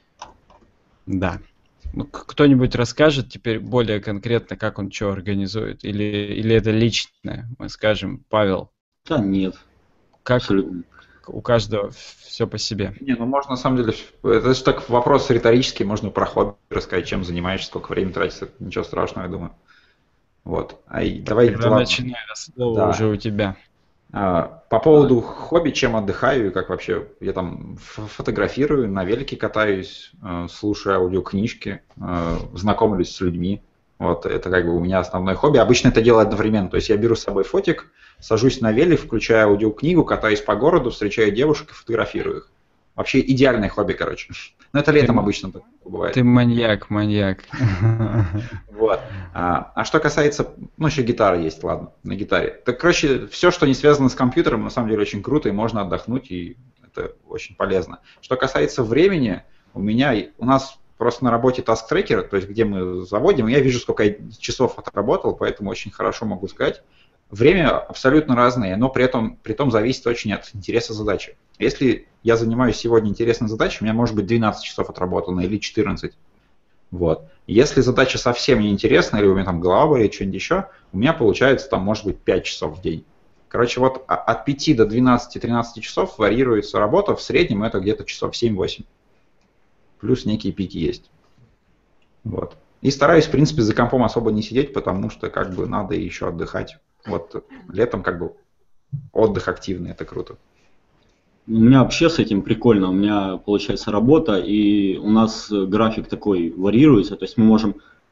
Да. Ну, к- кто-нибудь расскажет теперь более конкретно, как он что организует? Или, или это личное? Мы скажем, Павел, Да нет, как абсолютно. у каждого все по себе? Не, ну можно на самом деле, это же так вопрос риторический, можно про хобби рассказать, чем занимаешься, сколько времени тратишь, это ничего страшного, я думаю. Вот. А и давай, Тогда ладно. начинай, раз слово Да. уже у тебя. А, По поводу хобби, чем отдыхаю и как вообще, я там ф- фотографирую, на велике катаюсь, э, слушаю аудиокнижки, э, знакомлюсь с людьми. Вот это как бы у меня основное хобби. Обычно это делаю одновременно. То есть я беру с собой фотик, сажусь на велик, включаю аудиокнигу, катаюсь по городу, встречаю девушек и фотографирую их. Вообще идеальное хобби, короче. Но это летом Ты- обычно так бывает. Ты маньяк, маньяк. Вот. А, а что касается, ну еще гитара есть, ладно, на гитаре. Так, короче, все, что не связано с компьютером, на самом деле очень круто, и можно отдохнуть, и это очень полезно. Что касается времени, у меня, у нас просто на работе task tracker, то есть где мы заводим, и я вижу, сколько я часов отработал, поэтому очень хорошо могу сказать. Время абсолютно разное, но при этом, при этом зависит очень от интереса задачи. Если я занимаюсь сегодня интересной задачей, у меня может быть двенадцать часов отработано или четырнадцать. Вот. Если задача совсем неинтересна, или у меня там голова болит, что-нибудь еще, у меня получается там может быть пять часов в день. Короче, вот а- от пяти до двенадцати-тринадцати часов варьируется работа, в среднем это где-то часов семь-восемь. Плюс некие пики есть. Вот. И стараюсь, в принципе, за компом особо не сидеть, потому что как бы надо еще отдыхать. Вот летом как бы отдых активный, это круто. У меня вообще с этим прикольно. У меня получается работа, и у нас график такой варьируется. То есть мы можем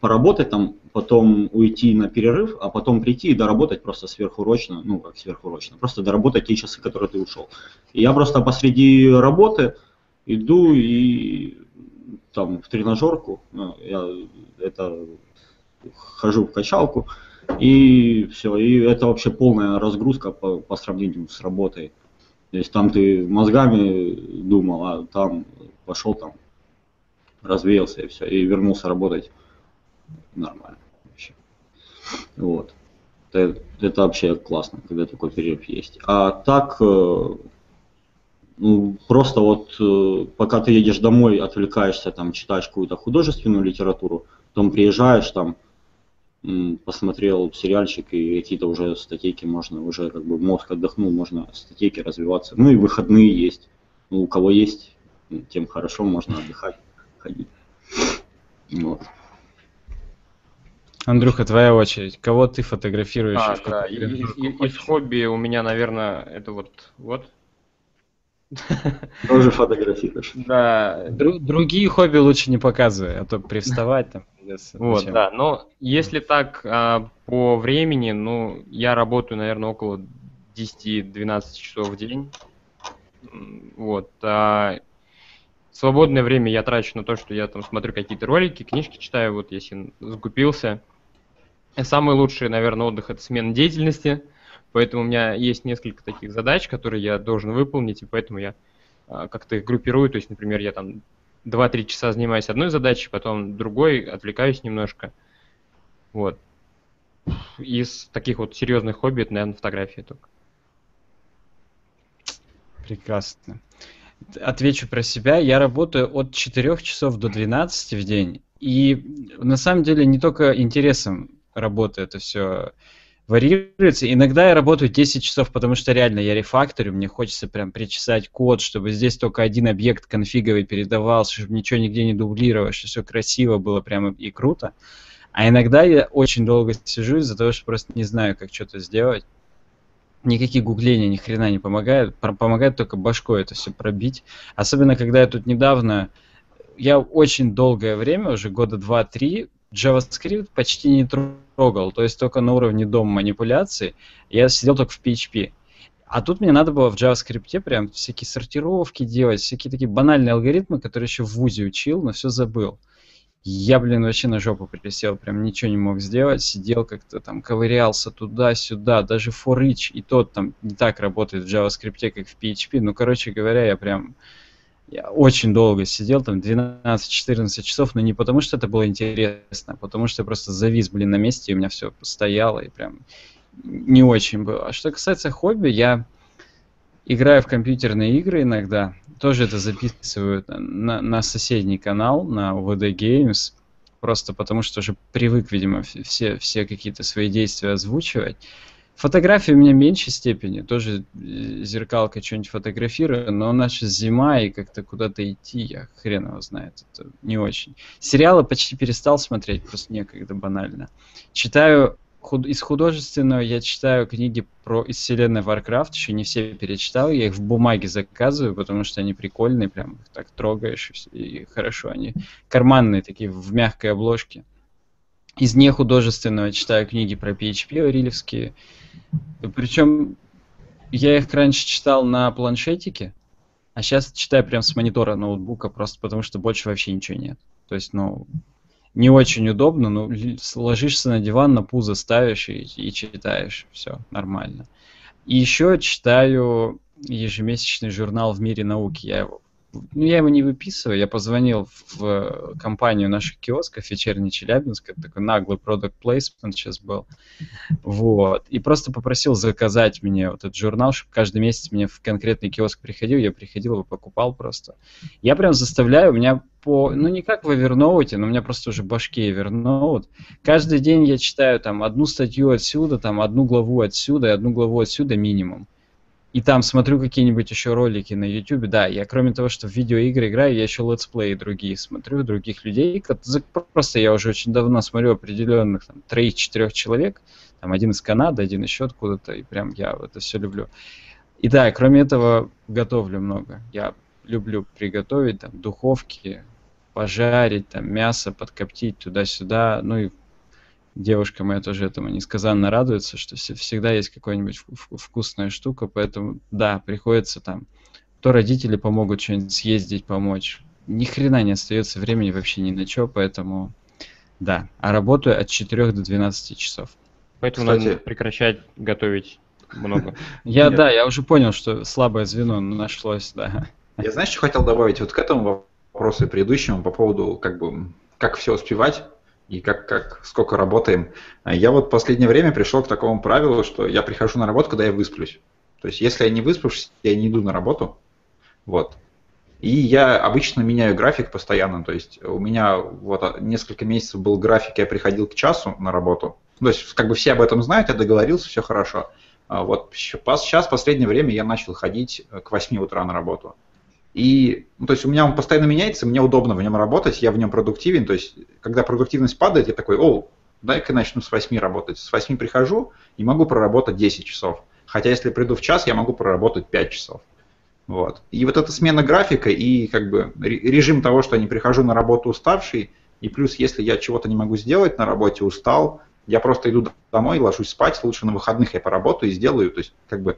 поработать там, потом уйти на перерыв, а потом прийти и доработать просто сверхурочно, ну как сверхурочно, просто доработать те часы, которые ты ушел. И я просто посреди работы иду и там в тренажерку, ну, я это хожу в качалку, и все, и это вообще полная разгрузка по, по сравнению с работой. То есть там ты мозгами думал, а там пошел там, развеялся и все, и вернулся работать нормально вообще. Вот. Это, это вообще классно, когда такой перерыв есть. А так, ну, просто вот пока ты едешь домой, отвлекаешься, там, читаешь какую-то художественную литературу, потом приезжаешь, там, посмотрел сериальчик и какие-то уже статейки можно, уже как бы мозг отдохнул, можно статейки развиваться. Ну и выходные есть. Ну, у кого есть, тем хорошо, можно отдыхать, ходить. Вот. Андрюха, твоя очередь. Кого ты фотографируешь? А, и в да, какую и- тренажерку и- из ходишь? хобби у меня, наверное, это вот, вот. Тоже фотографируешь. Да, Дру- другие хобби лучше не показывай, а то привставать там придется. вот, Зачем? да. Но если так а, по времени, ну, я работаю, наверное, около десяти-двенадцати часов в день. М, Вот. А свободное время я трачу на то, что я там смотрю какие-то ролики, книжки читаю, вот если закупился. И самый лучший, наверное, отдых — это смена деятельности. Поэтому у меня есть несколько таких задач, которые я должен выполнить, и поэтому я а, как-то их группирую. То есть, например, я там два-три часа занимаюсь одной задачей, потом другой, отвлекаюсь немножко. Вот. Из таких вот серьезных хобби это, наверное, фотография только. Прекрасно. Отвечу про себя. Я работаю от четырёх часов до двенадцати в день. И на самом деле не только интересом работы это все варьируется. Иногда я работаю десять часов, потому что реально я рефакторю, мне хочется прям причесать код, чтобы здесь только один объект конфиговый передавался, чтобы ничего нигде не дублировать, чтобы все красиво было прямо и круто. А иногда я очень долго сижу из-за того, что просто не знаю, как что-то сделать. Никакие гугления ни хрена не помогают. Про- Помогает только башкой это все пробить. Особенно, когда я тут недавно... Я очень долгое время, уже года два-три, JavaScript почти не трогал. То есть только на уровне дома манипуляций. Я сидел только в пи эйч пи. А тут мне надо было в JavaScript прям всякие сортировки делать, всякие такие банальные алгоритмы, которые еще в вузе учил, но все забыл. Я, блин, вообще на жопу присел, прям ничего не мог сделать, сидел как-то там, ковырялся туда-сюда, даже for each и тот там не так работает в JavaScript, как в пи эйч пи. Ну, короче говоря, я прям я очень долго сидел, там двенадцать-четырнадцать часов, но не потому, что это было интересно, а потому что я просто завис, блин, на месте, и у меня все стояло, и прям не очень было. А что касается хобби, я играю в компьютерные игры иногда, тоже это записываю на, на соседний канал, на ви ди Games, просто потому что уже привык, видимо, все, все какие-то свои действия озвучивать. Фотографии у меня в меньшей степени, тоже зеркалкой что-нибудь фотографирую, но наша зима и как-то куда-то идти, я хрен его знает, это не очень. Сериалы почти перестал смотреть, просто некогда, банально. Читаю худ... из художественного, я читаю книги про из вселенной Warcraft, еще не все перечитал, я их в бумаге заказываю, потому что они прикольные, прям их так трогаешь, и, все, и хорошо, они карманные такие, в мягкой обложке. Из нехудожественного читаю книги про пи эйч пи рилевские. Причем я их раньше читал на планшетике, а сейчас читаю прям с монитора ноутбука, просто потому что больше вообще ничего нет. То есть, ну, не очень удобно, но ложишься на диван, на пузо ставишь и, и читаешь. Все, нормально. И еще читаю ежемесячный журнал «В мире науки». Я его Ну, я его не выписываю, я позвонил в компанию наших киосков «Вечерний Челябинск», это такой наглый product placement сейчас был, вот, и просто попросил заказать мне вот этот журнал, чтобы каждый месяц мне в конкретный киоск приходил, я приходил его покупал просто. Я прям заставляю, у меня по, ну не как в Evernote, но у меня просто уже в башке Evernote, каждый день я читаю там одну статью отсюда, там одну главу отсюда и одну главу отсюда минимум. И там смотрю какие-нибудь еще ролики на YouTube. Да, я кроме того, что в видеоигры играю, я еще летсплеи другие смотрю, других людей. Просто я уже очень давно смотрю определенных там трех-четырех человек. Там один из Канады, один еще откуда-то. И прям я это все люблю. И да, кроме этого, готовлю много. Я люблю приготовить там духовки, пожарить, там, мясо подкоптить туда-сюда. Ну и девушка моя тоже этому несказанно радуется, что вс- всегда есть какая-нибудь вку- вкусная штука, поэтому, да, приходится там, то родители помогут что-нибудь съездить, помочь. Ни хрена не остается времени вообще ни на что, поэтому, да. А работаю от четырёх до двенадцати часов. Поэтому Кстати- надо прекращать готовить много. Я, Нет. да, я уже понял, что слабое звено нашлось, да. Я, знаешь, что хотел добавить вот к этому вопросу и предыдущему по поводу, как бы, как все успевать и как, как сколько работаем. А Я вот в последнее время пришел к такому правилу, что я прихожу на работу, когда я высплюсь. То есть, если я не высплюсь, я не иду на работу. Вот. И я обычно меняю график постоянно. То есть, у меня вот а, несколько месяцев был график, я приходил к часу на работу. То есть, как бы все об этом знают, я договорился, все хорошо. А Вот сейчас, в последнее время, я начал ходить к восьми утра на работу. И, ну, то есть у меня он постоянно меняется, мне удобно в нем работать, я в нем продуктивен. То есть, когда продуктивность падает, я такой, о, дай-ка начну с восьми работать. С восьми прихожу и могу проработать десять часов. Хотя если приду в час, я могу проработать пять часов. Вот. И вот эта смена графика и как бы ре- режим того, что я не прихожу на работу уставший, и плюс, если я чего-то не могу сделать на работе, устал, я просто иду домой, ложусь спать, лучше на выходных я поработаю и сделаю. То есть, как бы,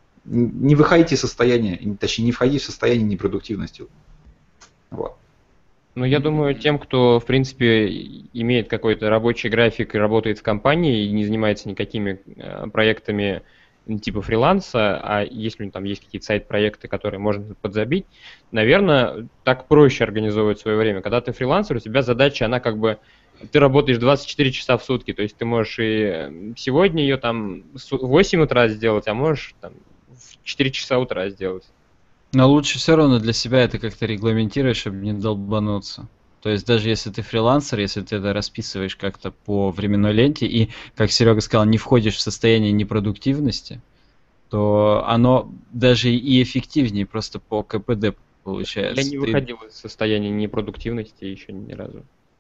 н- не выходите из состояния, и, точнее, не входите в состояние непродуктивности. Вот. Ну, я думаю, тем, кто, в принципе, и- имеет какой-то рабочий график и работает в компании и не занимается никакими э, проектами м, типа фриланса, а если там есть какие-то сайт-проекты, которые можно подзабить, наверное, так проще организовывать свое время. Когда ты фрилансер, у тебя задача, она как бы, ты работаешь двадцать четыре часа в сутки, то есть ты можешь и э, сегодня ее там с восемь утра сделать, а можешь там в четыре часа утра сделать. Но лучше все равно для себя это как-то регламентировать, чтобы не долбануться. То есть даже если ты фрилансер, если ты это расписываешь как-то по временной ленте и, как Серега сказал, не входишь в состояние непродуктивности, то оно даже и эффективнее просто по КПД получается. Я не Ты- выходил из состояния непродуктивности еще ни разу.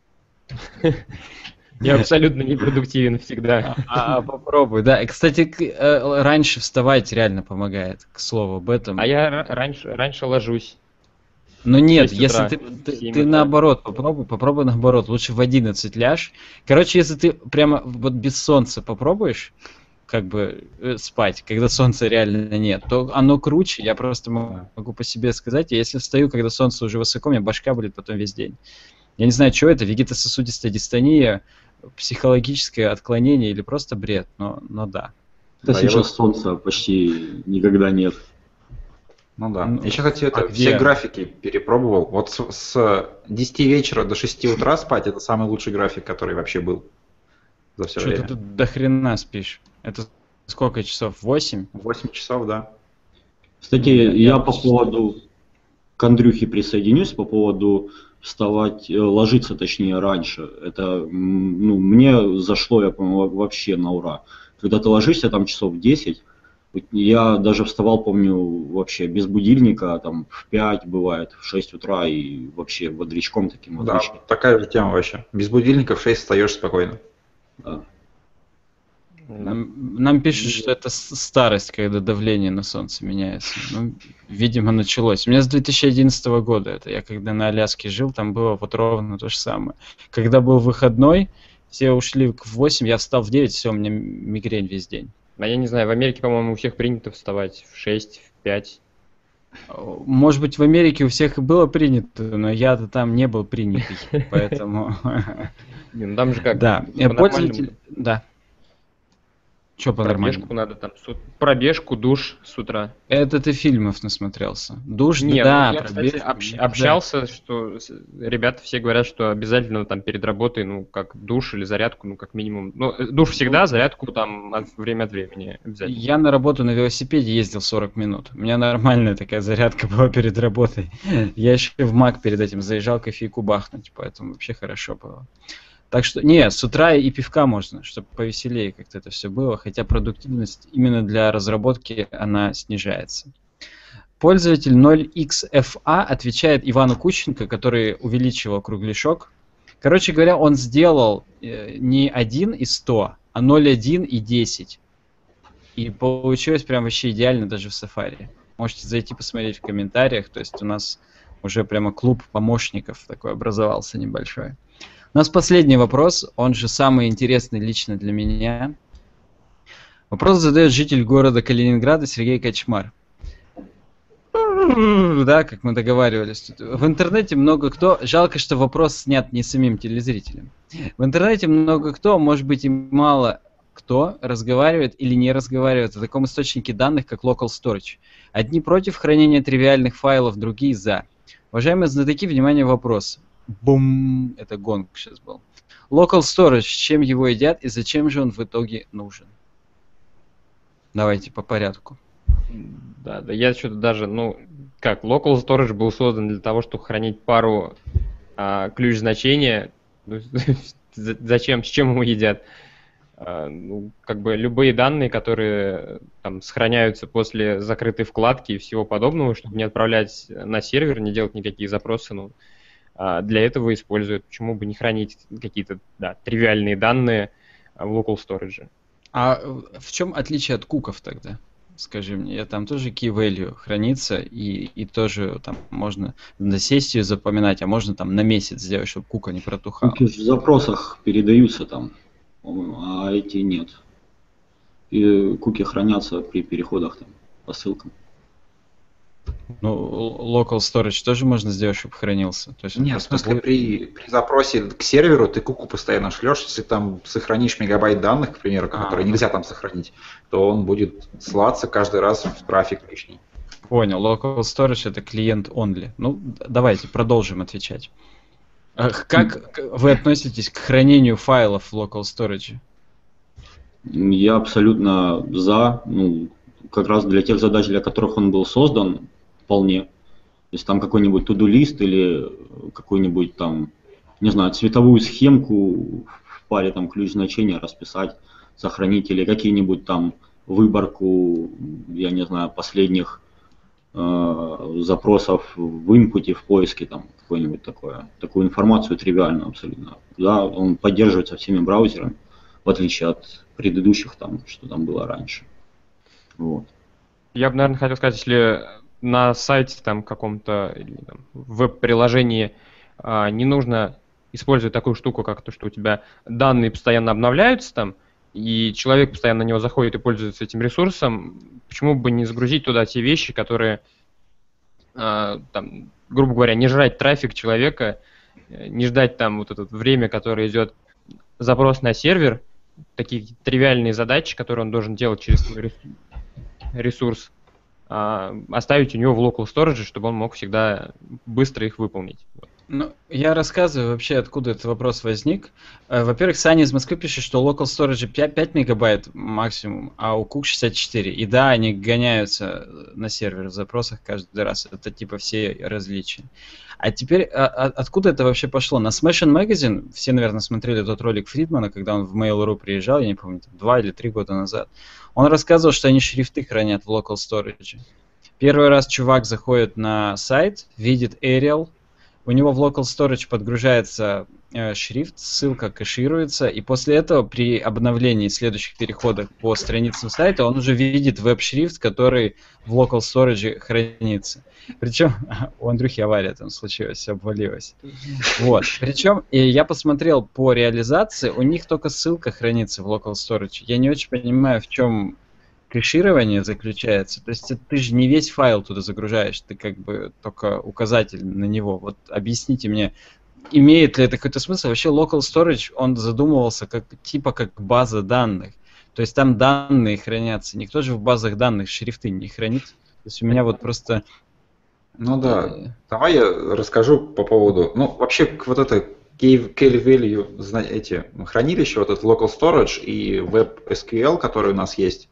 Я абсолютно непродуктивен всегда. А, а попробуй, да. И, кстати, к- э, раньше вставать реально помогает, к слову об этом. А я ра- раньше, раньше ложусь. Но нет, шесть если утра, ты, ты, семь ты утра. наоборот попробуй, попробуй наоборот, лучше в одиннадцать ляжь. Короче, если ты прямо вот без солнца попробуешь, как бы э, спать, когда солнца реально нет, то оно круче. Я просто мо- могу по себе сказать. Я если встаю, когда солнце уже высоко, у меня башка болит потом весь день. Я не знаю, что это, вегетососудистая дистония, психологическое отклонение или просто бред, но, но да. Да, Да, я сейчас вот- солнца почти никогда нет. Ну да. Ну, Я сейчас, кстати, это, а все где? графики перепробовал. Вот с, с десяти вечера до шести утра спать это самый лучший график, который вообще был за все Что-то время. ты до хрена спишь. Это сколько часов? Восемь? восемь часов, да. Кстати, Ну, я- я, я по почти- поводу к Андрюхе присоединюсь по поводу вставать, э, ложиться точнее раньше. Это м, ну, мне зашло, я по-моему, во- вообще на ура. Когда ты ложишься там часов в десять, вот я даже вставал, помню, вообще без будильника, там в пять бывает, в шесть утра и вообще бодрячком таким Да, отлично. такая же тема вообще. Без будильника в шесть встаешь спокойно. Да. Нам, нам пишут, что это с- старость, когда давление на солнце меняется. Ну, видимо, началось. У меня с две тысячи одиннадцатого года это. Я когда на Аляске жил, там было вот ровно то же самое. Когда был выходной, все ушли в восемь, я встал в девять, все, у меня мигрень весь день. А я не знаю, в Америке, по-моему, у всех принято вставать в шесть, в пять. Может быть, в Америке у всех и было принято, но я-то там не был принятый, поэтому... Не, ну там же как, Да, э, по-нормальному. пользователь... Да. Что по-нормальному? Пробежку надо там, с ут- пробежку, душ с утра. Это ты фильмов насмотрелся. Душ, Нет, да, ну, я, кстати, пробежка, общ- да. общался, что с- ребята все говорят, что обязательно там перед работой, ну, как душ или зарядку, ну, как минимум. Ну, э, душ всегда, зарядку там от- время от времени обязательно. Я на работу на велосипеде ездил сорок минут. У меня нормальная такая зарядка была перед работой. Я еще в Мак перед этим заезжал кофейку бахнуть, поэтому вообще хорошо было. Так что, нет, с утра и пивка можно, чтобы повеселее как-то это все было, хотя продуктивность именно для разработки, она снижается. Пользователь ноль икс эф а отвечает Ивану Кущенко, который увеличивал кругляшок. Короче говоря, он сделал э, не один и сто, а ноль один и десять. И получилось прям вообще идеально даже в Safari. Можете зайти посмотреть в комментариях. То есть у нас Уже прямо клуб помощников такой образовался небольшой. У нас последний вопрос, он же самый интересный лично для меня. Вопрос задает житель города Калининграда Сергей Кочмар. Да, как мы договаривались. В интернете много кто... Жалко, что вопрос снят не самим телезрителем. В интернете много кто, может быть и мало кто, разговаривает или не разговаривает о таком источнике данных, как Local Storage. Одни против хранения тривиальных файлов, другие за. Уважаемые знатоки, внимание, вопрос. Бум! Это гонг сейчас был. Local Storage, с чем его едят и зачем же он в итоге нужен? Давайте по порядку. Да, да, я что-то даже, ну, как, Local Storage был создан для того, чтобы хранить пару а, ключ значения. Ну, зачем, с чем его едят? А, ну, как бы любые данные, которые там сохраняются после закрытой вкладки и всего подобного, чтобы не отправлять на сервер, не делать никакие запросы, ну, а, для этого используют. Почему бы не хранить какие-то, да, тривиальные данные в Local Storage? А в чем отличие от куков тогда? Скажи мне, я там тоже key value хранится, и, и тоже там можно на сессию запоминать, а можно там на месяц сделать, чтобы кука не протухала. Куки в запросах передаются там, а эти нет. И куки хранятся при переходах там, по ссылкам. Ну, local storage тоже можно сделать, чтобы хранился. То есть Нет, в смысле, при, при запросе к серверу ты куку постоянно шлешь, если там сохранишь мегабайт данных, к примеру, А. которые нельзя там сохранить, то он будет ссылаться каждый раз в трафик лишний. Понял, local storage это клиент only. Ну, давайте продолжим отвечать. Как вы относитесь к хранению файлов в local storage? Я абсолютно за, ну, как раз для тех задач, для которых он был создан, вполне. То есть там какой-нибудь to-do-лист или какой-нибудь там, не знаю, цветовую схемку в паре там ключ значения расписать, сохранить, или какие-нибудь там выборку, я не знаю, последних э, запросов в инпуте, в поиске, там какое-нибудь такое, такую информацию тривиальную абсолютно. Да, он поддерживается всеми браузерами, в отличие от предыдущих там, что там было раньше. Вот. Я бы, наверное, хотел сказать, если на сайте там каком-то или там, в веб-приложении а, не нужно использовать такую штуку, как то, что у тебя данные постоянно обновляются там, и человек постоянно на него заходит и пользуется этим ресурсом, почему бы не загрузить туда те вещи, которые, а, там, грубо говоря, не жрать трафик человека, не ждать там вот это время, которое идет запрос на сервер, такие тривиальные задачи, которые он должен делать через свой ресурс, а, оставить у него в local storage, чтобы он мог всегда быстро их выполнить. Ну, я рассказываю вообще, откуда этот вопрос возник. Во-первых, Саня из Москвы пишет, что local storage пять мегабайт максимум, а у Кук шестьдесят четыре. И да, они гоняются на сервер в запросах каждый раз. Это типа все различия. А теперь, а, а, откуда это вообще пошло? На Smashing Magazine, все, наверное, смотрели тот ролик Фридмана, когда он в Mail.ru приезжал, я не помню, два или три года назад. Он рассказывал, что они шрифты хранят в local storage. Первый раз чувак заходит на сайт, видит Arial, у него в local storage подгружается э, шрифт, ссылка кэшируется, и после этого при обновлении следующих переходах по страницам сайта он уже видит веб-шрифт, который в local storage хранится. Причем у Андрюхи авария там случилась, обвалилась. Вот. Причем и я посмотрел по реализации, у них только ссылка хранится в local storage. Я не очень понимаю, в чем кэширование заключается. То есть ты же не весь файл туда загружаешь, ты как бы только указатель на него. Вот объясните мне, имеет ли это какой-то смысл? Вообще local storage, он задумывался как типа как база данных. То есть там данные хранятся. Никто же в базах данных шрифты не хранит. То есть у меня вот просто... Ну да, давай я расскажу по поводу... Ну, вообще, вот это key value, эти хранилища, вот этот local storage и WebSQL, который у нас есть,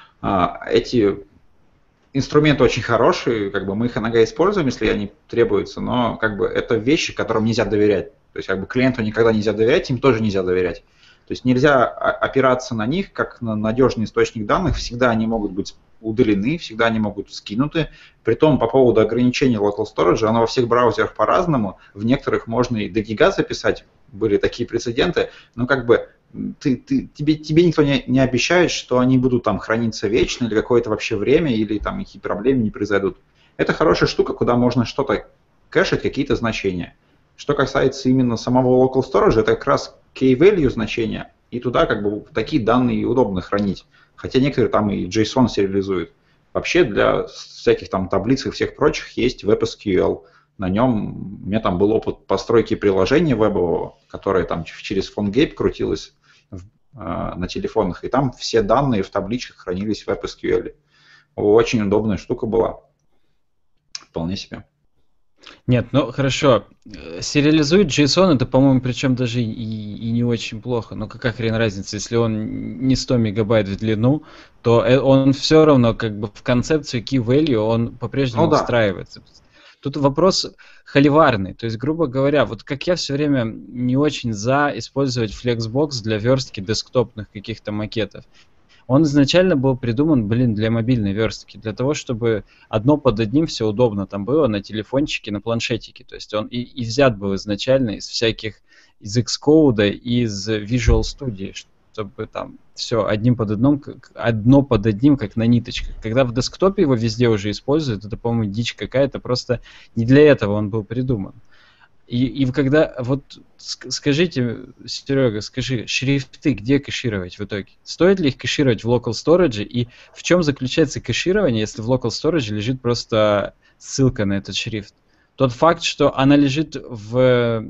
эти инструменты очень хорошие, как бы мы их иногда используем, если они требуются, но как бы это вещи, которым нельзя доверять. То есть как бы клиенту никогда нельзя доверять, им тоже нельзя доверять. То есть нельзя опираться на них как на надежный источник данных, всегда они могут быть удалены, всегда они могут скинуты. Притом по поводу ограничения local storage, оно во всех браузерах по-разному, в некоторых можно и до гига записать, были такие прецеденты, но как бы Ты, ты, тебе, тебе никто не, не обещает, что они будут там храниться вечно или какое-то вообще время, или там никакие проблемы не произойдут. Это хорошая штука, куда можно что-то кэшить какие-то значения. Что касается именно самого local storage, это как раз key-value значения, и туда как бы такие данные удобно хранить. Хотя некоторые там и JSON сериализуют. Вообще для всяких там таблиц и всех прочих есть WebSQL. На нем у меня там был опыт постройки приложения вебового, которое там через PhoneGap крутилось в, э, на телефонах, и там все данные в табличках хранились в WebSQL. Очень удобная штука была. Вполне себе. Нет, ну хорошо. Сериализует JSON, это, по-моему, причем даже и, и не очень плохо. Но какая хрен разница, если он не сто мегабайт в длину, то он все равно как бы в концепцию key value он по-прежнему ну, да. встраивается. Тут вопрос холиварный. То есть, грубо говоря, вот как я все время не очень за использовать Flexbox для верстки десктопных каких-то макетов. Он изначально был придуман, блин, для мобильной верстки, для того, чтобы одно под одним все удобно там было на телефончике, на планшетике. То есть он и, и взят был изначально из всяких, из Xcode, из Visual Studio, чтобы там все одним под одном, одно под одним, как на ниточках. Когда в десктопе его везде уже используют, это, по-моему, дичь какая-то, просто не для этого он был придуман. И, и когда, вот скажите, Серега, скажи, шрифты где кэшировать в итоге? Стоит ли их кэшировать в local storage? И в чем заключается кэширование, если в local storage лежит просто ссылка на этот шрифт? Тот факт, что она лежит в,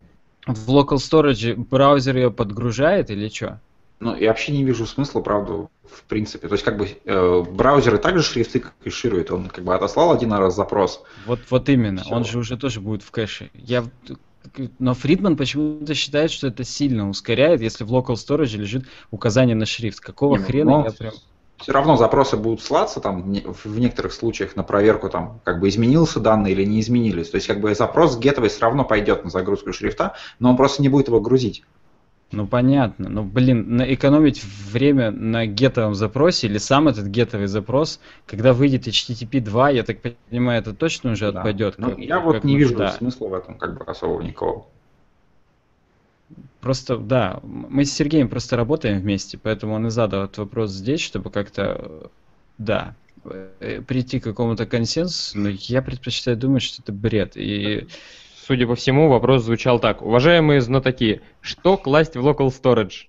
в local storage, браузер ее подгружает или что? Ну, я вообще не вижу смысла, правда, в принципе. То есть, как бы, э, браузеры также шрифты кэшируют. Он как бы отослал один раз запрос. Вот, вот именно. Всё. Он же уже тоже будет в кэше. Я... Но Фридман почему-то считает, что это сильно ускоряет, если в local storage лежит указание на шрифт. Какого Не, хрена но я прям... Все равно запросы будут слаться там в некоторых случаях на проверку, там, как бы изменился данные или не изменились. То есть, как бы запрос гетовый все равно пойдет на загрузку шрифта, но он просто не будет его грузить. Ну понятно, ну блин, на- экономить время на гетовом запросе или сам этот гетовый запрос, когда выйдет эйч ти ти пи два, я так понимаю, это точно уже Да. отпадет. Ну, как- я вот как не мы- вижу да. смысла в этом, как бы особого никакого. Просто, да, мы с Сергеем просто работаем вместе, поэтому он и задал этот вопрос здесь, чтобы как-то, э, да, э, прийти к какому-то консенсусу, но я предпочитаю думать, что это бред. И Судя по всему, вопрос звучал так. Уважаемые знатоки, что класть в local storage?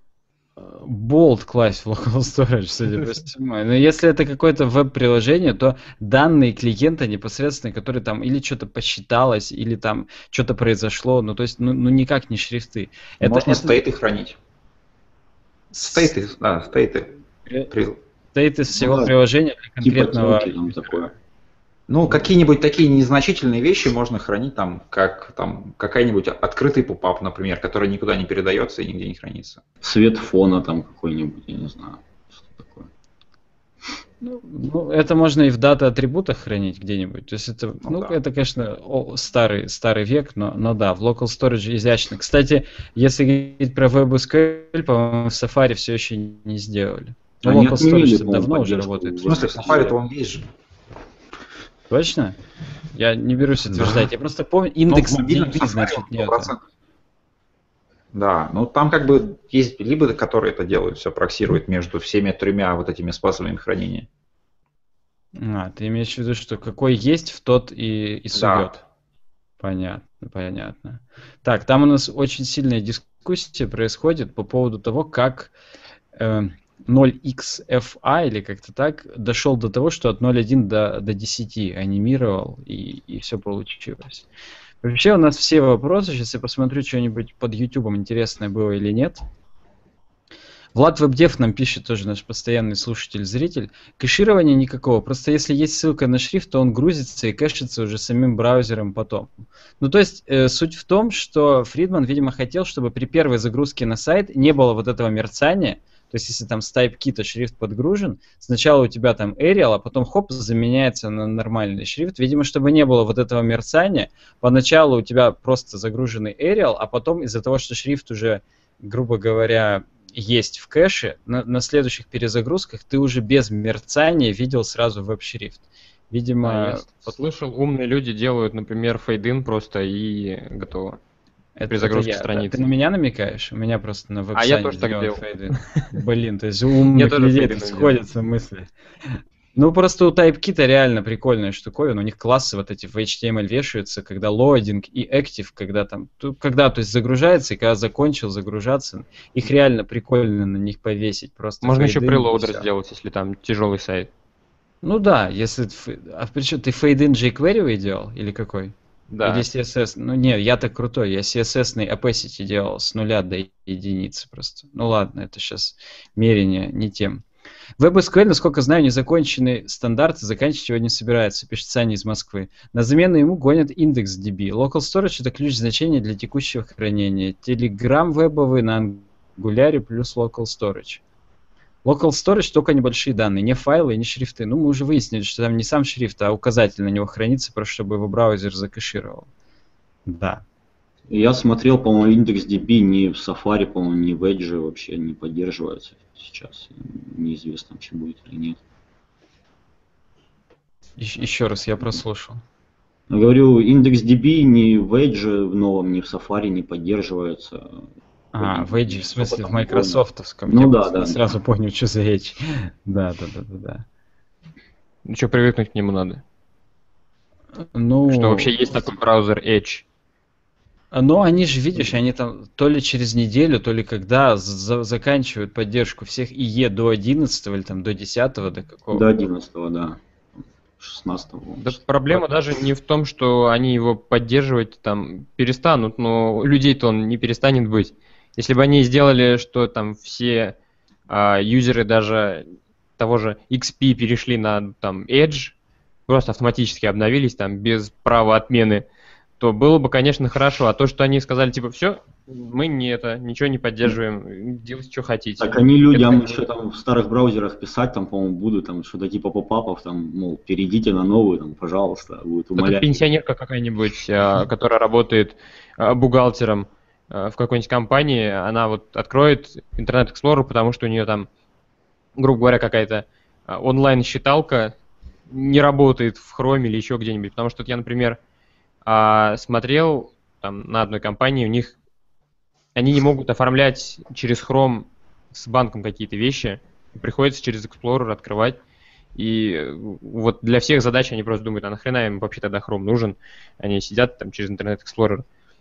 болт класть в local storage, судя по всему. Но если это какое-то веб-приложение, то данные клиента непосредственно, которые там или что-то посчиталось, или там что-то произошло, ну то есть, ну, ну никак не шрифты. Это, Можно это стейты хранить. Стейты, да, стейты. При- стейт из всего Ну да. приложения для Типа конкретного... темки там такое. Ну, какие-нибудь такие незначительные вещи можно хранить там, как там какой-нибудь открытый попап, например, который никуда не передается и нигде не хранится. Цвет фона там какой-нибудь, я не знаю, что такое. Ну, ну, это можно и в дата-атрибутах хранить где-нибудь. То есть это, ну, Ну да. это, конечно, о- старый, старый век, но, но да, в local storage изящно. Кстати, если говорить про WebSQL, по-моему, в Safari все еще не сделали. Но Они local отменили, storage по-моему, давно уже поддержку работает. В смысле, в Safari-то он есть же. Точно? Я не берусь утверждать. Я просто помню, индекс Ну, в мобильном ди би, Safari значит, он нет. сто процентов. Да, ну там как бы есть либо которые это делают, все проксируют между всеми тремя вот этими способами хранения. А, ты имеешь в виду, что какой есть, в тот и, и Да. сует. Понятно, понятно. Так, там у нас очень сильная дискуссия происходит по поводу того, как э, ноль икс эф ай или как-то так дошел до того, что от ноль целых одна до, до десяти анимировал, и, и все получилось. Вообще у нас все вопросы, сейчас я посмотрю, что-нибудь под ютубом интересное было или нет. Влад Вебдев нам пишет, тоже наш постоянный слушатель-зритель. Кэширования никакого, просто если есть ссылка на шрифт, то он грузится и кэшится уже самим браузером потом. Ну то есть э, суть в том, что Фридман, видимо, хотел, чтобы при первой загрузке на сайт не было вот этого мерцания. То есть если там с TypeKit шрифт подгружен, сначала у тебя там Arial, а потом хоп, заменяется на нормальный шрифт. Видимо, чтобы не было вот этого мерцания, поначалу у тебя просто загруженный Arial, а потом из-за того, что шрифт уже, грубо говоря, есть в кэше, на, на следующих перезагрузках ты уже без мерцания видел сразу веб-шрифт. Видимо... А, я вот слышал, умные люди делают, например, фейдин просто и готово. это, при загрузке это я. страницы. Ты на меня намекаешь? У меня просто на веб-сайте А я тоже так сделан делал. фейдин. Блин, то есть у умных тоже людей фейдином тут сходятся мысли. Ну, просто у TypeKit реально прикольная штуковина. У них классы вот эти в эйч ти эм эль вешаются, когда loading и active, когда там, когда, то есть загружается, и когда закончил загружаться, их реально прикольно на них повесить. Просто Можно еще фейдин и прелоудер всё. сделать, если там тяжелый сайт. Ну да, если... ф- А причем ты фейдин jQuery делал или какой? Да. Или си эс эс? Ну нет, я так крутой, я си эс эс-ный opacity делал с нуля до единицы просто. Ну ладно, это сейчас мерение не тем. WebSQL, насколько знаю, незаконченный стандарт, и заканчивать его не собирается, пишет Саня из Москвы. На замену ему гонят IndexedDB. Local Storage — это ключ значения для текущего хранения. Telegram вебовый на Angular плюс Local Storage. Local Storage — только небольшие данные, не файлы, не шрифты. Ну, мы уже выяснили, что там не сам шрифт, а указатель на него хранится, просто чтобы его браузер закэшировал. Да. Я смотрел, по-моему, IndexedDB ни в Safari, по-моему, ни в Edge вообще не поддерживается сейчас. Неизвестно, вообще будет или нет. Ещ- Еще раз, я прослушал. Я говорю, IndexedDB ни в Edge в новом, ни в Safari не поддерживается. А, в Edge, в смысле, в Потом майкрософтовском. Ну Я да, просто не да, сразу да. понял, что за Edge. Да, да, да, да, да. Ну что, привыкнуть к нему надо. Ну, Что вообще есть такой браузер Edge. но они же, видишь, они там то ли через неделю, то ли когда за- заканчивают поддержку всех и и до одиннадцатого или там до десятого, до какого. До одиннадцатого, да. шестнадцатого. Да проблема даже не в том, что они его поддерживать там перестанут, но у людей-то он не перестанет быть. Если бы они сделали, что там все а, юзеры даже того же икс пи перешли на там Edge, просто автоматически обновились там без права отмены, то было бы, конечно, хорошо. А то, что они сказали, типа, все, мы не это, ничего не поддерживаем, делайте, что хотите. Так они людям Это- еще там в старых браузерах писать, там, по-моему, будут там что-то типа попапов, там, мол, перейдите на новую, там, пожалуйста, будет Это умолять. пенсионерка какая-нибудь, а, которая работает а, бухгалтером а, в какой-нибудь компании, она вот откроет Internet Explorer, потому что у нее там, грубо говоря, какая-то а, онлайн-считалка не работает в Chrome или еще где-нибудь. Потому что вот я, например, а, смотрел там на одной компании, у них они не могут оформлять через Chrome с банком какие-то вещи, приходится через Explorer открывать. И э, вот для всех задач они просто думают, а нахрена им вообще тогда Chrome нужен? Они сидят там через Internet Explorer.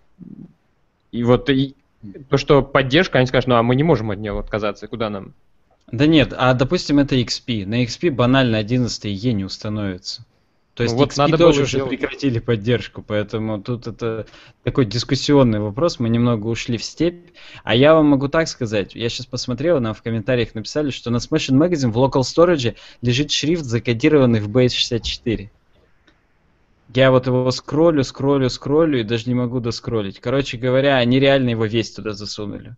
И вот и то, что поддержка, они скажут, ну а мы не можем от нее отказаться, куда нам? Да нет, а допустим это икс пи. На икс пи банально одиннадцатый и и не установится. То есть Ну вот икс пи надо тоже было уже сделать. прекратили поддержку, поэтому тут это такой дискуссионный вопрос, мы немного ушли в степь. А я вам могу так сказать, я сейчас посмотрел, нам в комментариях написали, что на Smashing Magazine в Local Storage лежит шрифт, закодированный в бейс шестьдесят четыре. Я вот его скроллю, скроллю, скроллю и даже не могу доскроллить. Короче говоря, они реально его весь туда засунули.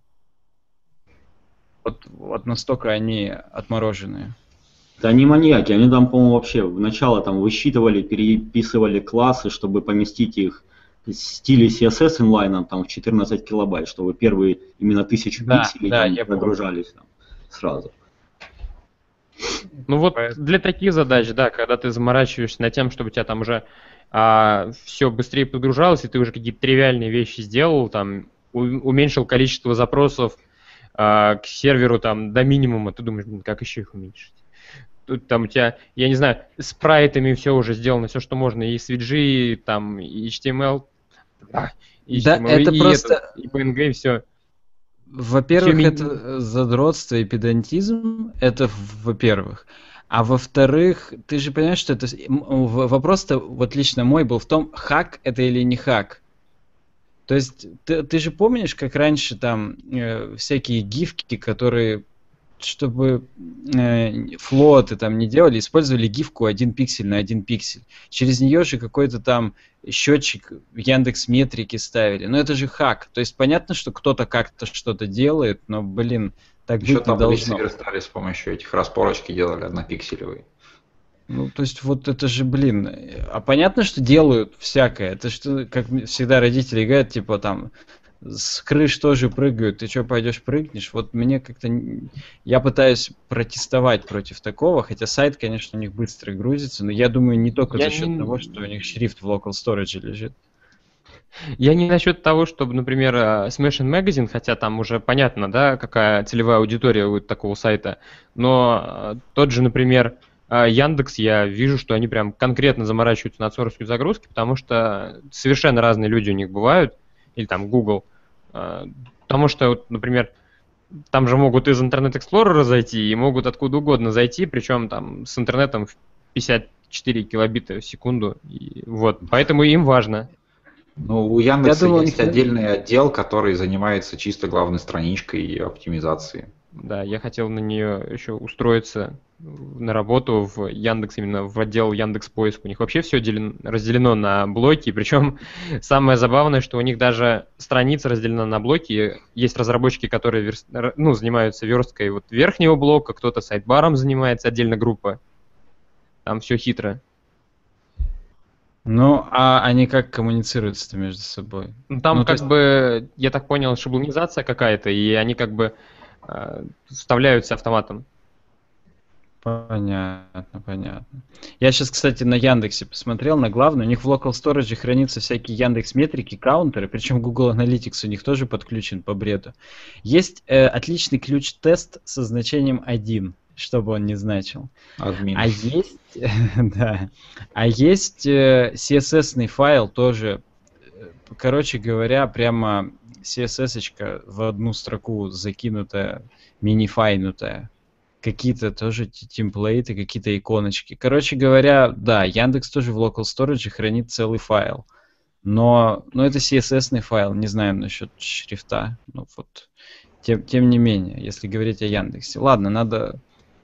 Вот, вот настолько они отмороженные. Да они маньяки, они там, по-моему, вообще вначале там высчитывали, переписывали классы, чтобы поместить их в стиле си эс эс инлайном там в четырнадцать килобайт, чтобы первые именно тысячу Да, пикселей да, там я помню. прогружались там сразу. Ну вот Поэтому- для таких задач, да, когда ты заморачиваешься над тем, чтобы у тебя там уже а, все быстрее подгружалось, и ты уже какие-то тривиальные вещи сделал, там у- уменьшил количество запросов а, к серверу там до минимума, ты думаешь, блин, как еще их уменьшить? Тут там у тебя, я не знаю, спрайтами все уже сделано, все, что можно, и свиджи, там, и эйч ти эм эл, а, и Да, эйч ти эм эл, это и просто- это, и пи эн джи, и все. Во-первых, Всё это э, задротство и педантизм, это в- во-первых. А во-вторых, ты же понимаешь, что это... с- м, в- Вопрос-то, вот лично мой, был в том, хак это или не хак. То есть ты, ты же помнишь, как раньше там э, всякие гифки, которые, чтобы э, флоты там не делали, использовали гифку один пиксель на один пиксель. Через нее же какой-то там счетчик в Яндекс.Метрике ставили. Но это же хак. То есть понятно, что кто-то как-то что-то делает, но, блин, так Еще быть не таблицы должно. верстали с помощью этих распорочки, делали однопикселевые. Ну, то есть вот это же, блин, а понятно, что делают всякое. Это что, как всегда родители говорят, типа там, с крыш тоже прыгают, ты что, пойдешь прыгнешь? Вот мне как-то... н- Я пытаюсь протестовать против такого, хотя сайт, конечно, у них быстро грузится, но я думаю, не только Я за счет не- того, что у них шрифт в local storage лежит. Я не насчет того, чтобы, например, э, Smashing Magazine, хотя там уже понятно, да, какая целевая аудитория у такого сайта, но э, тот же, например, А Яндекс, я вижу, что они прям конкретно заморачиваются над скоростью загрузки, потому что совершенно разные люди у них бывают, или там Google. А, Потому что, вот, например, там же могут из Internet Explorer зайти и могут откуда угодно зайти, причем там с интернетом в пятьдесят четыре килобита в секунду. И вот, поэтому им важно. Ну, у Яндекса думал, есть них- отдельный отдел, который занимается чисто главной страничкой и оптимизацией. Да, я хотел на нее еще устроиться на работу в Яндекс, именно в отдел Яндекс.Поиск. У них вообще все делен- разделено на блоки, причем самое забавное, что у них даже страница разделена на блоки. Есть разработчики, которые верс- р- ну, занимаются версткой вот верхнего блока, кто-то сайдбаром занимается, отдельно группа. Там все хитро. Ну, а они как коммуницируются между собой? Ну, там Ну, то как есть- бы, я так понял, шаблонизация какая-то, и они как бы э, вставляются автоматом. Понятно, понятно. Я сейчас, кстати, на Яндексе посмотрел, на главный. У них в Local Storage хранятся всякие Яндекс метрики, каунтеры, причем Google Analytics у них тоже подключен по бреду. Есть э, отличный ключ-тест со значением один, что бы он ни значил. Админ. А есть, да, а есть э, си эс эс-ный файл тоже, э, короче говоря, прямо си эс эс-очка в одну строку закинутая, минифайнутая. Какие-то тоже т- темплейты, какие-то иконочки. Короче говоря, да, Яндекс тоже в Local Storage хранит целый файл. Но, но это си эс эс-ный файл, не знаем насчет шрифта. Ну вот, тем, тем не менее, если говорить о Яндексе. Ладно, надо